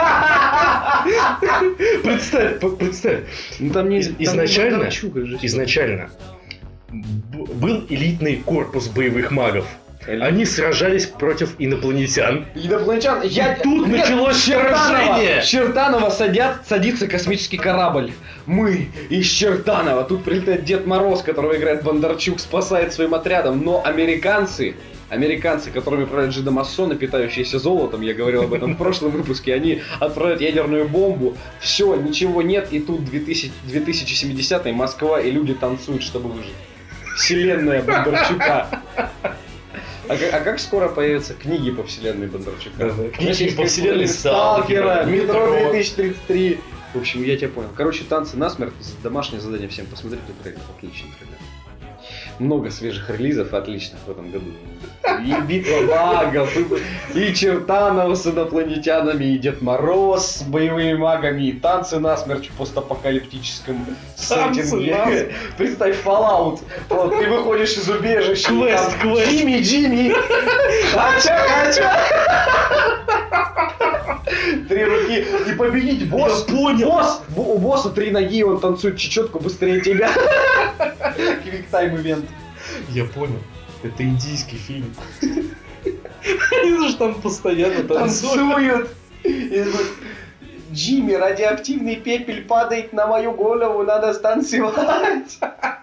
C: Представь, п- представь.
A: Ну, там не,
C: Из-
A: там не
C: изначально,
A: Бондарчук режиссер.
C: изначально б- был элитный корпус боевых магов.
A: Эль-
C: Они сражались против инопланетян.
A: Инопланетян, я...
C: И тут
A: Нет,
C: началось сражение.
A: В Чертаново садят, садится космический корабль. Мы из Чертанова. Тут прилетает Дед Мороз, которого играет Бондарчук, спасает своим отрядом. Но американцы, американцы, которыми управляют жидомасоны, питающиеся золотом, я говорил об этом в прошлом выпуске, они отправляют ядерную бомбу. Все, ничего нет. И тут две тысячи семидесятый, Москва, и люди танцуют, чтобы выжить. Вселенная Бондарчука. А, как- а как скоро появятся книги по вселенной Бондарчука?
C: Да, да. Книги
A: Значит,
C: по
A: как
C: вселенной
A: Сталкера,
C: Сталкера,
A: Метро
C: Метро.
A: две тысячи тридцать три. В общем, я тебя понял. Короче, «Танцы насмерть», домашнее задание всем посмотреть. Трейлер отличный трейлер. Много свежих релизов отличных в этом году. И «Битва магов», и, и Чертанова с инопланетянами, и Дед Мороз с боевыми магами, и «Танцы насмерть» в постапокалиптическом
C: «Танцы
A: сеттинге.
C: насмерть».
A: Представь, Fallout. Вот, ты выходишь из убежища. и
C: Квест,
A: там
C: квест.
A: Джимми, Джимми. Хача, хача. Три руки и победить босс.
C: понял.
A: Босс! У босса три ноги, он танцует чечетку быстрее тебя. Квиктайм ивент.
C: Я понял. Это индийский фильм. Они же там постоянно танцуют.
A: Танцуют. Джимми, радиоактивный пепель падает на мою голову, надо станцевать.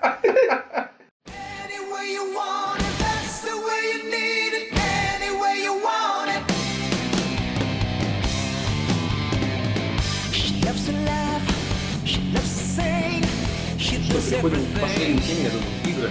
A: Переходим к последней теме, я думаю, игры.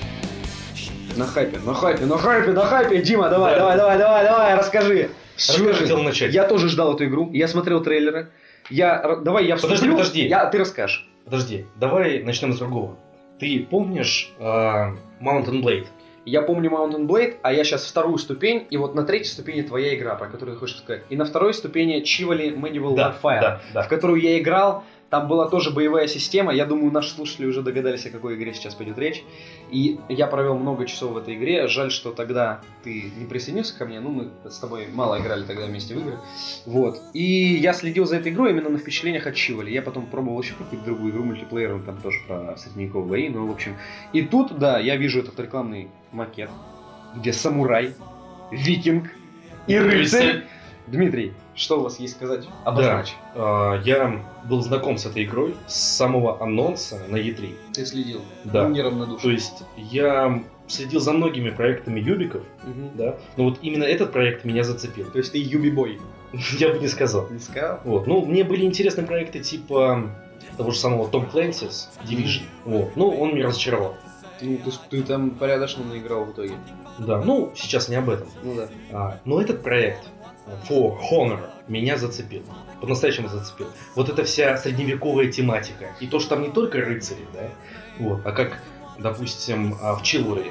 A: На хайпе, на хайпе, на хайпе, на хайпе, Дима, давай,
C: Да.
A: давай, давай, давай, давай, расскажи.
C: С чего я хотел начать?
A: Я тоже ждал эту игру, я смотрел трейлеры. Я, давай, я
C: Подожди,
A: вступлю,
C: подожди.
A: Я, ты расскажешь.
C: Подожди, давай начнем с другого. Ты помнишь э, Mountain Blade?
A: Я помню Mountain Blade, а я сейчас вторую ступень, и вот на третьей ступени твоя игра, про которую ты хочешь сказать. И на второй ступени Chivalry Medieval
C: Да,
A: Warfare,
C: да, да.
A: в которую я играл. Там была тоже боевая система. Я думаю, наши слушатели уже догадались, о какой игре сейчас пойдет речь. И я провел много часов в этой игре. Жаль, что тогда ты не присоединился ко мне. Ну, мы с тобой мало играли тогда вместе в игры. Вот. И я следил за этой игрой именно на впечатлениях от Chivalry. Я потом пробовал еще какую-то другую игру мультиплеерную, там тоже про средневековые бои. Ну, в общем. И тут, да, я вижу этот рекламный макет, где самурай, викинг и рыцарь. Дмитрий, что у вас есть сказать? Обозначь.
C: Да, э, я был знаком с этой игрой с самого анонса на и три.
A: Ты следил.
C: Да.
A: Ну, неравнодушно.
C: То есть я следил за многими проектами юбиков,
A: Мгм.
C: да, но вот именно этот проект меня зацепил.
A: То есть ты юби-бой.
C: Я бы не сказал.
A: Не сказал?
C: Вот. Ну, мне были интересны проекты типа того же самого Tom Clancy's Division. Вот. Ну, он меня разочаровал.
A: Ну, ты, ты там порядочно наиграл в итоге.
C: Да. Ну, сейчас не об этом.
A: Ну да.
C: А, но этот проект For Honor меня зацепил. По-настоящему зацепил. Вот эта вся средневековая тематика. И то, что там не только рыцари, да, вот, а как, допустим, а, в Chivalry.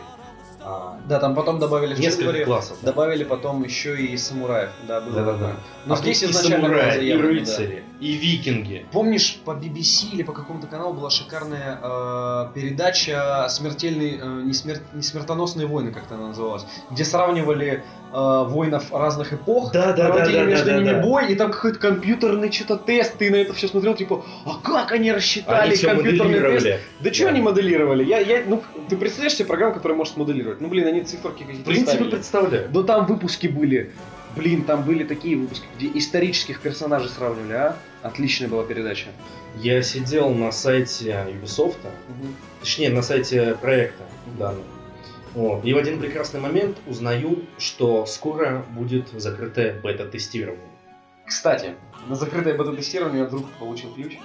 C: а,
A: Да, там потом добавили в
C: Несколько
A: Chivalry,
C: классов. да.
A: добавили потом еще и самураев. Да, было
C: Да-да-да.
A: такое. Но
C: А
A: здесь
C: тут и
A: изначально было
C: самураи, и
A: заявлено, да.
C: рыцари, и викинги.
A: Помнишь, по би би си или по какому-то каналу была шикарная э, передача «Смертельный, э, не, смер... не смертоносные войны», как-то она называлась, где сравнивали э, воинов разных эпох,
C: Да-да-да-да-да-да-да.
A: проводили между ними бой, и там какой-то компьютерный что-то тест, ты на это все смотрел, типа, а как они рассчитали
C: Они все
A: компьютерный тест?
C: моделировали.
A: Да что
C: Да.
A: они моделировали? Я, я, ну, ты представляешь себе программу, которая может моделировать? Ну, блин, они циферки какие-то
C: В принципе,
A: ставили.
C: представляю.
A: Да там выпуски были. Блин, там были такие выпуски, где исторических персонажей сравнивали, а? Отличная была передача.
C: Я сидел на сайте Ubisoft, точнее, на сайте проекта данного. Вот. И в один прекрасный момент узнаю, что скоро будет закрытое бета-тестирование.
A: Кстати, на закрытое бета-тестирование я вдруг получил ключ.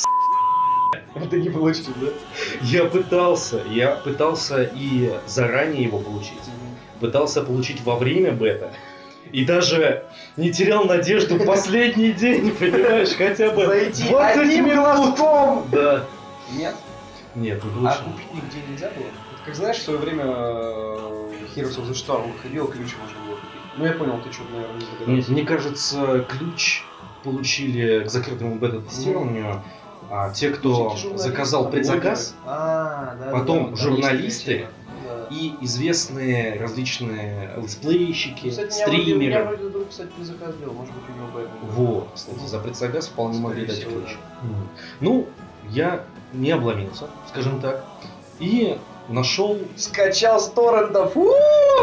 A: Это не получил, да?
C: Я пытался, я пытался и заранее его получить. Пытался получить во время бета. И даже не терял надежду в последний день, понимаешь, хотя бы
A: Зайти
C: двадцать
A: одним
C: минут.
A: глазком!
C: Да.
A: Нет?
C: Нет, ну
A: А
C: лучше.
A: купить нигде нельзя было? Это как знаешь, в свое время э, Heroes of the Storm выходил, ключ можно было купить. Ну я понял, ты что-то, наверное, не
C: Нет,
A: догадался.
C: мне кажется, ключ получили к закрытому бета-тестированию а, те, кто
A: Журналисты,
C: заказал
A: там,
C: предзаказ,
A: блогеры. А, да,
C: потом
A: да, да,
C: журналисты,
A: есть такая тема. Да.
C: и известные различные летсплейщики,
A: Кстати, у меня вроде- у меня
C: стримеры.
A: вроде друг, кстати, предзаказ делал, может быть, у него поэтому.
C: Вот, кстати, за предзаказ вполне могли
A: Скорее
C: дать
A: всего,
C: ключ.
A: да.
C: Мгм. Ну, я не обломился, скажем так, и нашел...
A: Скачал с торрентов. У!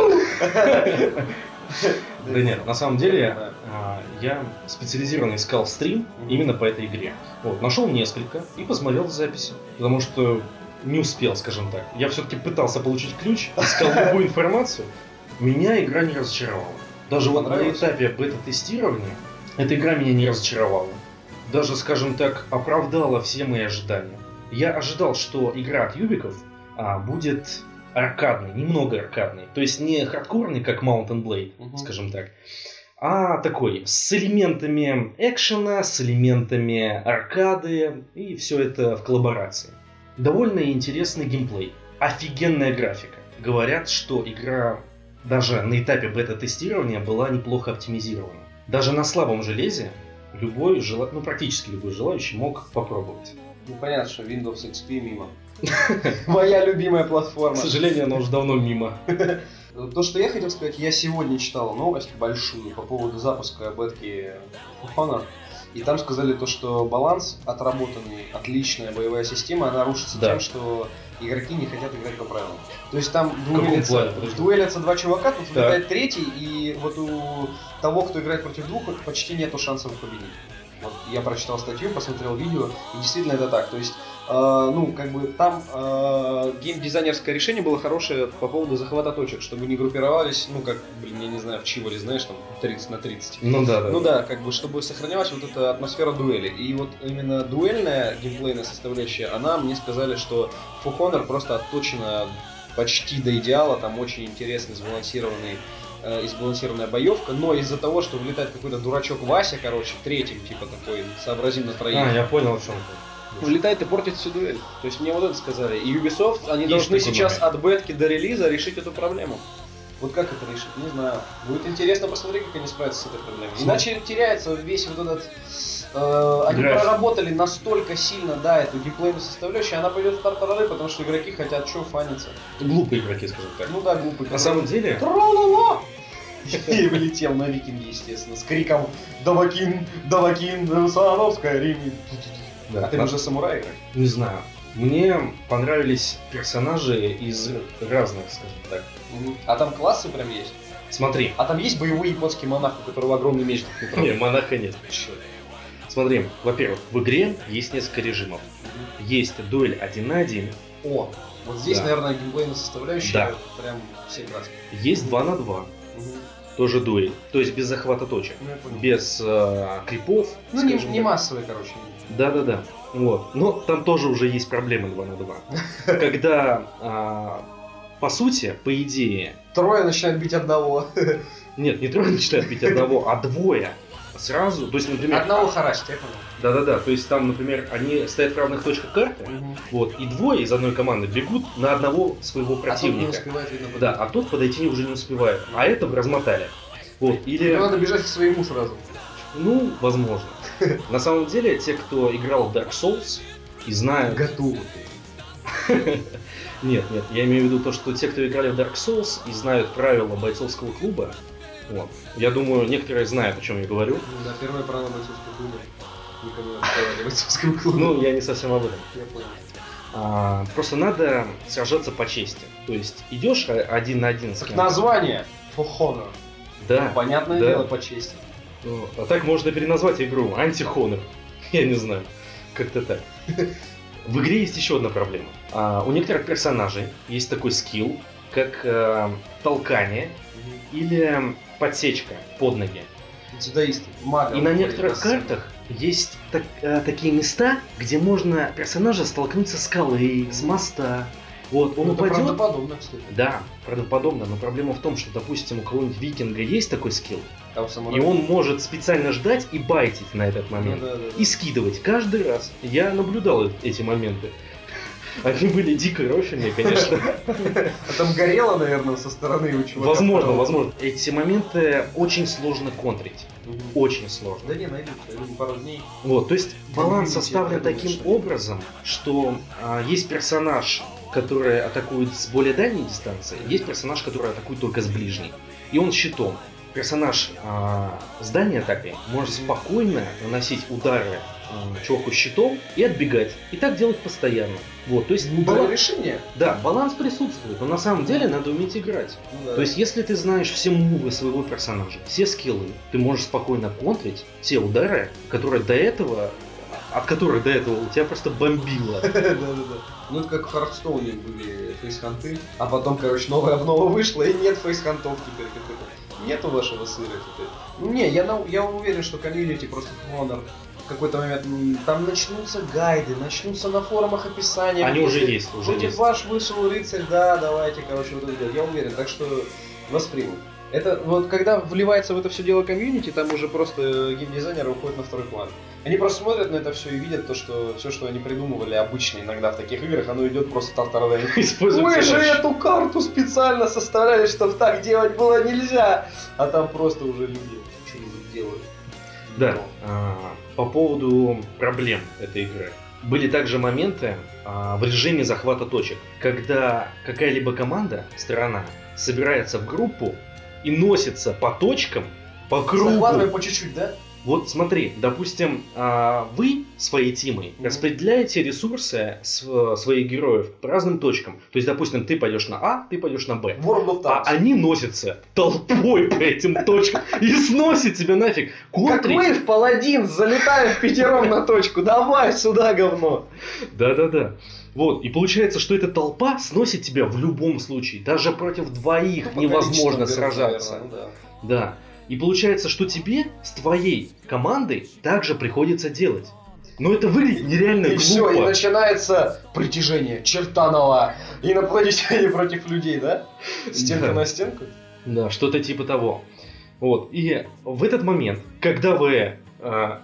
C: Да нет, на самом деле а, я специализированно искал стрим
A: Мгм.
C: именно по этой игре. Вот, нашел несколько и посмотрел записи, потому что не успел, скажем так. Я все-таки пытался получить ключ, искал любую информацию. Меня игра не разочаровала. Даже вот на
A: Понравилось?
C: этапе бета-тестирования эта игра меня не разочаровала. Даже, скажем так, оправдала все мои ожидания. Я ожидал, что игра от юбиков а, будет аркадный, немного аркадный. То есть не хардкорный, как Mountain Blade,
A: Мгм.
C: скажем так, а такой с элементами экшена, с элементами аркады, и все это в коллаборации. Довольно интересный геймплей, офигенная графика. Говорят, что игра даже на этапе бета-тестирования была неплохо оптимизирована. Даже на слабом железе любой, жела... ну практически любой желающий мог попробовать.
A: Ну понятно, что Windows икс пи мимо. Моя любимая
C: К
A: платформа.
C: сожалению, она уже давно мимо.
A: то, что я хотел сказать, я сегодня читал новость большую по поводу запуска бетки For Honor. И там сказали то, что баланс отработанный, отличная боевая система, она рушится
C: Да.
A: тем, что игроки не хотят играть по правилам. То есть там
C: каком
A: дуэлятся,
C: плане? Подожди.
A: дуэлятся два чувака, тут
C: Так.
A: вылетает третий, и вот у того, кто играет против двух, почти нету шансов победить. Вот я прочитал статью, посмотрел видео, и действительно это так. То есть, э, ну, как бы там э, геймдизайнерское решение было хорошее по поводу захвата точек, чтобы не группировались, ну, как, блин, я не знаю, в Чиволе, знаешь, там тридцать на тридцать.
C: Ну да, да.
A: Ну да, как бы, чтобы сохранялась вот эта атмосфера дуэли. И вот именно дуэльная геймплейная составляющая, она, мне сказали, что For Honor просто отточена почти до идеала, там очень интересный, сбалансированный э, и сбалансированная боевка, но из-за того, что влетает какой-то дурачок Вася, короче, третьим, типа такой, сообразим настроение.
C: А, я понял, о чем ты.
A: Влетает и портит всю дуэль. То есть мне вот это сказали. И Ubisoft, они
C: Есть
A: должны
C: такой
A: сейчас
C: момент.
A: от бетки до релиза решить эту проблему. Вот как это решить, не знаю. Будет интересно посмотреть, как они справятся с этой проблемой. Иначе теряется весь вот этот... э, они
C: График.
A: проработали настолько сильно, да, эту геймплейную составляющую, она пойдет в тартарары, потому что игроки хотят что фаниться.
C: Глупые игроки, скажем так.
A: Ну да, глупый.
C: На самом деле,
A: Тра-ла-ла! И влетел на викинге, естественно, с криком «Давакин, Давакин, Саровская Рими».
C: да,
A: А ты
C: на-
A: уже самурай играешь?
C: не знаю. Мне понравились персонажи из разных, скажем так.
A: А там классы прям есть?
C: Смотри.
A: А там есть боевой японский монах, у которого огромный меч так не
C: Не, монаха нет. Смотри, во-первых, в игре есть несколько режимов. Есть дуэль один на один,
A: О, вот здесь,
C: Да.
A: наверное, геймплейная составляющая
C: Да.
A: прям все краски.
C: есть два на два, тоже дуэль. То есть без захвата точек,
A: Ну, я понял.
C: без э, крипов.
A: Ну, не,
C: скажем
A: не
C: так.
A: массовый, короче.
C: Да-да-да. Вот. Но там тоже уже есть проблемы два на два. Когда, а, по сути, по идее,
A: Трое начинают бить одного.
C: нет, не трое начинают бить одного, а двое сразу. То есть, например,
A: Одного харасить, я понял.
C: да-да-да. То есть там, например, они стоят в равных точках карты, вот, и двое из одной команды бегут на одного своего
A: А тот не
C: противника.
A: успевает, видно,
C: Да,
A: подойти.
C: а тот подойти уже не успевает. А этого размотали. Вот, или...
A: Ну, надо бежать к своему сразу.
C: Ну, возможно. На самом деле, те, кто играл в Dark Souls и знают...
A: Готово.
C: Нет, нет, я имею в виду то, что те, кто играли в Dark Souls и знают правила бойцовского клуба, вот, я думаю, некоторые знают, о чем я говорю.
A: Ну да, первое правило бойцовского клуба. Никому не рассказали бойцовскому клубу.
C: Ну, я не совсем об этом.
A: Я понял.
C: А, просто надо сражаться по чести. То есть идешь а- один на один с
A: Так
C: кем-то.
A: название For Honor.
C: Да.
A: Понятное
C: да.
A: дело, по чести.
C: Ну, а так можно переназвать игру Анти-Хонор. Я не знаю. Как-то так. В игре есть еще одна проблема. А, у некоторых персонажей есть такой скилл, как э, толкание или подсечка под ноги.
A: Дзюдоисты. Мага.
C: И на некоторых картах есть так- э, такие места, где можно персонажа столкнуть со скалы, с моста. Вот, он
A: Ну, это
C: упадет.
A: правдоподобно, кстати.
C: Да, правдоподобно, но проблема в том, что, допустим, у кого-нибудь викинга есть такой скилл,
A: А у
C: и
A: самурая?
C: он может специально ждать и байтить на этот
A: Ну,
C: момент.
A: да, да, да.
C: И скидывать каждый раз. Я наблюдал э- эти моменты. Они были дико рофельные, конечно.
A: А там горело, наверное, со стороны у чувака.
C: Возможно,
A: второго.
C: возможно. Эти моменты очень сложно контрить.
A: Мгм.
C: Очень сложно.
A: Да не, найдут, найдут пару дней.
C: Вот, то есть баланс
A: Комьюнити
C: составлен
A: придумаешь,
C: таким
A: что ли.
C: образом, что а, есть персонаж, который атакует с более дальней дистанции, есть персонаж, который атакует только с ближней. И он щитом. Персонаж а, с дальней атакой может спокойно наносить удары а, чуваку щитом и отбегать. И так делать постоянно. Вот, то есть
A: Было
C: баланс,
A: решение.
C: да, баланс присутствует, но на самом деле надо уметь играть.
A: Ну да.
C: То есть, если ты знаешь все мувы своего персонажа, все скиллы, ты можешь спокойно контрить те удары, которые до этого, от которых до этого у тебя просто бомбило.
A: Да-да-да. Ну это как в Хардстоуне были фейсханты, а потом, короче, новая обнова вышла, и нет фейсхантов теперь какой-то. Нету вашего сыра теперь. Ну не, я, на- я уверен, что комьюнити просто Honor в какой-то момент, м, там начнутся гайды, начнутся на форумах описания.
C: Они
A: Против-
C: уже есть, уже
A: Против
C: есть.
A: ваш вышел рыцарь, да, давайте, короче, вот это делать. Я уверен, так что воспримут. Это вот когда вливается в это все дело комьюнити, там уже просто геймдизайнеры уходят на второй план. Они просто смотрят на это все и видят то, что все, что они придумывали обычно иногда в таких играх, оно идет просто тартарада.
C: Используют
A: Мы же
C: персонаж.
A: эту карту специально составляли, чтобы так делать было нельзя. А там просто уже люди что-нибудь делают.
C: Да, а, по поводу проблем этой игры. были также моменты а, в режиме захвата точек, когда какая-либо команда, сторона, собирается в группу и носится по точкам, по кругу.
A: Захватывай по чуть-чуть, да?
C: Вот смотри, допустим, а, вы своей тимой
A: Мгм.
C: распределяете ресурсы св- своих героев по разным точкам. То есть, допустим, ты пойдешь на А, ты пойдешь на Б.
A: World of
C: А
A: Tanks.
C: они носятся толпой по этим точкам и сносят тебя нафиг.
A: Как
C: Контрить.
A: мы в Паладин залетаем в пятером на точку. Давай сюда, говно.
C: Да-да-да. Вот, и получается, что эта толпа сносит тебя в любом случае. Даже против двоих
A: Ну,
C: невозможно
A: по количеству,
C: сражаться.
A: наверное, да.
C: Да. И получается, что тебе с твоей командой также приходится делать. Но это выглядит нереально
A: И
C: глупо.
A: все, и начинается притяжение чертаново. И находите они против людей, да? Стенка
C: Да.
A: на стенку.
C: Да, что-то типа того. Вот. И в этот момент, когда вы а,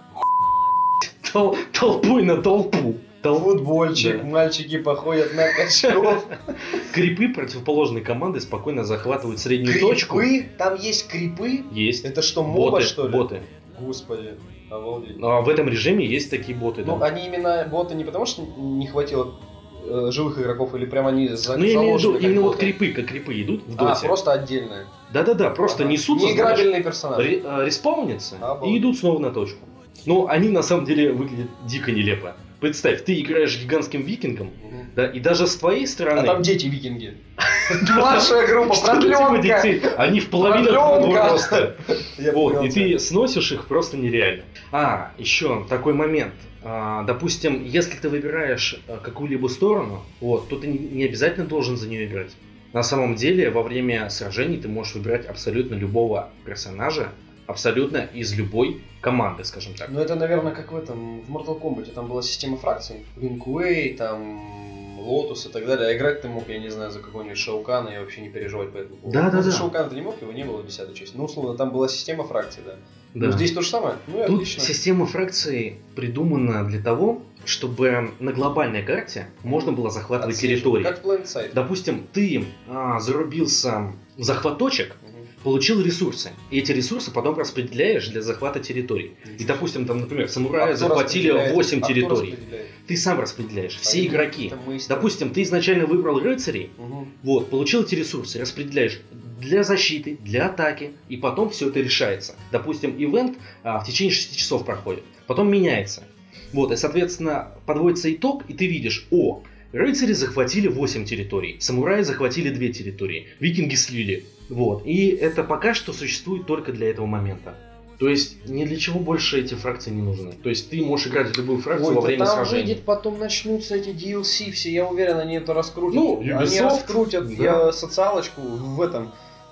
C: тол- толпой на толпу, тол-
A: Футбольчик,
C: Да.
A: мальчики походят на качков.
C: крипы противоположной команды спокойно захватывают среднюю точку.
A: Крипы? Там есть крипы?
C: Есть.
A: Это что, моба,
C: боты,
A: что ли?
C: боты.
A: Господи, обалдеть.
C: А в этом режиме есть такие боты.
A: Ну,
C: да.
A: они именно боты не потому, что не хватило э, живых игроков, или прям они за,
C: Ну, я имею в виду,
A: заложены как
C: именно вот
A: боты?
C: крипы, как крипы идут в
A: А,
C: доте.
A: просто отдельные.
C: Да-да-да, просто
A: Ага.
C: несутся, знаешь,
A: Неиграбельные персонажи.
C: ре- а, респаунятся
A: Обалдеть.
C: и идут снова на точку. Но они на самом деле выглядят дико нелепо. Представь, ты играешь гигантским викингом,
A: Мгм.
C: да, и даже с твоей стороны...
A: А там дети викинги. Младшая группа,
C: Что типа
A: продленка.
C: детей, они в половину
A: Продленка.
C: твоего роста.
A: Я
C: Вот,
A: понял
C: и
A: тебя.
C: ты сносишь их просто нереально. А, еще такой момент. А, допустим, если ты выбираешь а, какую-либо сторону, вот, то ты не, не обязательно должен за нее играть. На самом деле, во время сражений ты можешь выбирать абсолютно любого персонажа, абсолютно из любой команды, скажем так.
A: Ну это, наверное, как в этом, в Mortal Kombat там была система фракций. Lin Kuei, там, Лотус и так далее. А играть ты мог, я не знаю, за какого-нибудь Шаукана и вообще не переживать по этому поводу.
C: Да, да,
A: Ну, за
C: да.
A: Шаукана ты не мог, его не было в десятой части. Ну, условно, там была система фракций, да.
C: Да.
A: Ну, здесь то же самое. Ну и
C: Тут
A: отлично.
C: система фракций придумана для того, чтобы на глобальной карте можно было захватывать
A: Отслеживать.
C: территории.
A: Как в Blind Sight.
C: Допустим, ты а, зарубился в захват точек,
A: Мгм.
C: получил ресурсы. И эти ресурсы потом распределяешь для захвата территорий. И, допустим, там, например,
A: А
C: самураи
A: кто
C: захватили
A: распределяет?
C: восемь
A: А кто
C: территорий.
A: распределяет?
C: Ты сам распределяешь, все
A: Они-
C: игроки.
A: это мы-
C: Допустим, ты изначально выбрал рыцарей,
A: Мгм.
C: вот, получил эти ресурсы, распределяешь для защиты, для атаки, и потом все это решается. Допустим, ивент а, в течение шести часов проходит, потом меняется. Вот, и, соответственно, подводится итог, и ты видишь, о, рыцари захватили восемь территорий, самураи захватили две территории, викинги слили. Вот, и это пока что существует только для этого момента. То есть ни для чего больше эти фракции не нужны. То есть ты можешь играть в любую фракцию
A: Ой,
C: во
A: да
C: время
A: там
C: сражений.
A: выйдет, потом начнутся эти ди эл си все, я уверен, они это раскрутят.
C: Ну,
A: Они
C: Ubisoft,
A: раскрутят
C: да.
A: я, социалочку в этом,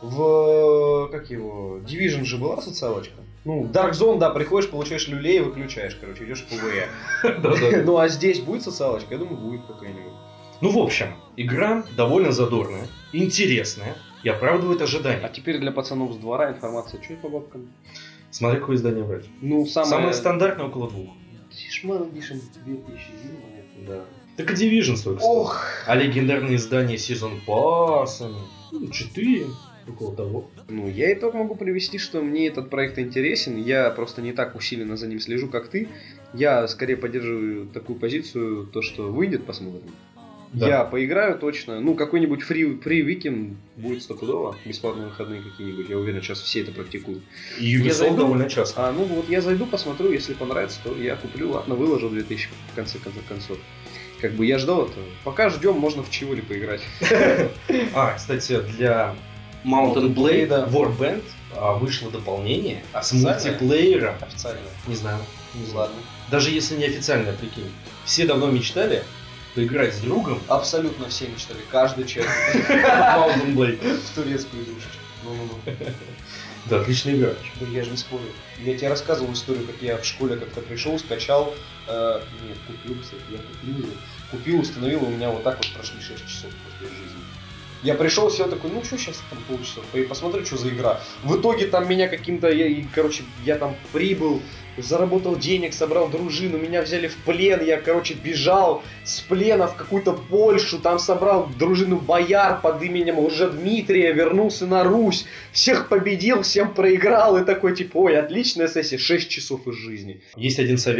A: в, как его, Division же была социалочка? Ну, Dark Zone, да, приходишь, получаешь люлей и выключаешь, короче, идешь в пэ вэ е.
C: Да-да.
A: Ну, а здесь будет социалочка? Я думаю, будет какая-нибудь.
C: Ну, в общем, игра довольно задорная, интересная и оправдывает
A: А
C: ожидания.
A: теперь для пацанов с двора информация, что по бабкам?
C: Смотри, какое издание брать.
A: Ну, самое...
C: Самое стандартное около двух.
A: Шмар Edition две тысячи, да.
C: Так и Division свой, кстати.
A: Ох,
C: А легендарные издания сезон пассами. Ну, четыре. Около того.
A: ну, я итог могу привести, что мне этот проект интересен, я просто не так усиленно за ним слежу, как ты. Я скорее поддерживаю такую позицию, то, что выйдет, посмотрим.
C: Да.
A: Я поиграю точно. Ну, какой-нибудь фри, фри викенд будет стопудово. Бесплатные выходные какие-нибудь. Я уверен, сейчас все это практикуют.
C: И
A: Я
C: Ubisoft
A: зайду.
C: довольно часто.
A: А, ну вот я зайду, посмотрю, если понравится, то я куплю. Ладно, выложу две тысячи в конце концов. Как бы я ждал это. Пока ждем, можно в чего-ли поиграть.
C: А, кстати, для Mountain
A: Mountain
C: Blade
A: Blade,
C: Warband а, вышло дополнение с
A: Официальное?
C: мультиплеером.
A: Официально.
C: Не знаю. Не знаю.
A: Ладно.
C: Даже если не официально, прикинь. Все давно мечтали поиграть с другом
A: Абсолютно все мечтали. Каждый человек
C: в Mountain Blade.
A: в турецкую игрушечку. Ну-ну-ну.
C: Да, отличная игра.
A: Да я же не спорю. Я тебе рассказывал историю, как я в школе как-то пришел, скачал. э, нет, купил, кстати, я купил ее. Купил, установил, и у меня вот так вот прошли шесть часов после жизни. Я пришел, все такой, ну что сейчас там полчаса, и посмотрю, что за игра. В итоге там меня каким-то, я, и, короче, я там прибыл, заработал денег, собрал дружину, меня взяли в плен, я, короче, бежал с плена в какую-то Польшу, там собрал дружину бояр под именем Лжедмитрия, вернулся на Русь, всех победил, всем проиграл, и такой, типа, ой, отличная сессия, шесть часов из жизни.
C: Есть один совет.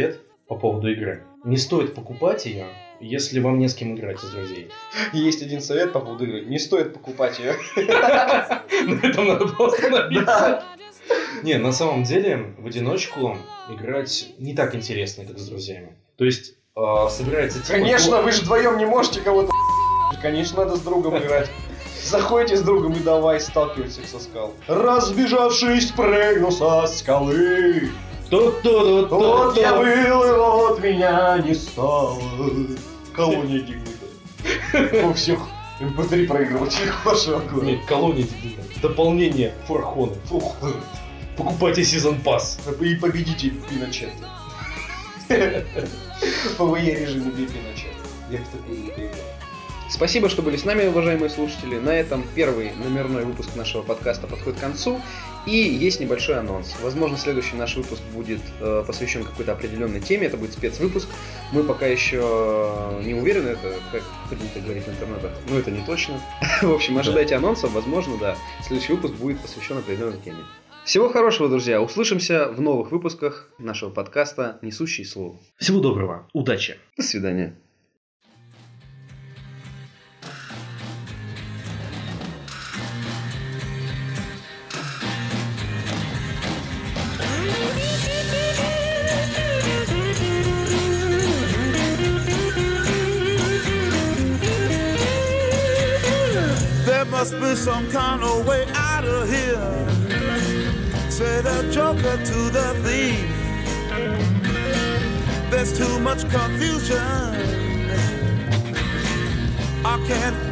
C: по поводу игры. Не стоит покупать ее, если вам не с кем играть из друзей.
A: Есть один совет по поводу игры. Не стоит покупать ее.
C: На этом надо было остановиться. Не, на самом деле, в одиночку играть не так интересно, как с друзьями. То есть, э, собирается... Типа
A: Конечно, вы же вдвоем не можете кого-то... Конечно, надо с другом играть. Заходите с другом и давай сталкивать всех со скал. Разбежавшись, прыгну со скалы. Вот я был, и вот меня не стало. Колония Дигнита. У всех эм пэ три проигрывать хорошо.
C: Нет, колония Дигнита. Дополнение For Honor. Покупайте Season Pass.
A: И победите Пиночет. пэ вэ е режиме для Пиночет. Я в такую не поиграл. Спасибо, что были с нами, уважаемые слушатели. На этом первый номерной выпуск нашего подкаста подходит к концу. И есть небольшой анонс. Возможно, следующий наш выпуск будет э, посвящен какой-то определенной теме. Это будет спецвыпуск. Мы пока еще не уверены, это как принято говорить в интернетах. Но это не точно. В общем, ожидайте анонсов. Возможно, да, следующий выпуск будет посвящен определенной теме. Всего хорошего, друзья. Услышимся в новых выпусках нашего подкаста «Несущий слово».
C: Всего доброго. Удачи.
A: До свидания.
E: There must be some kind of way out of here. Say the joker to the thief. There's too much confusion. I can't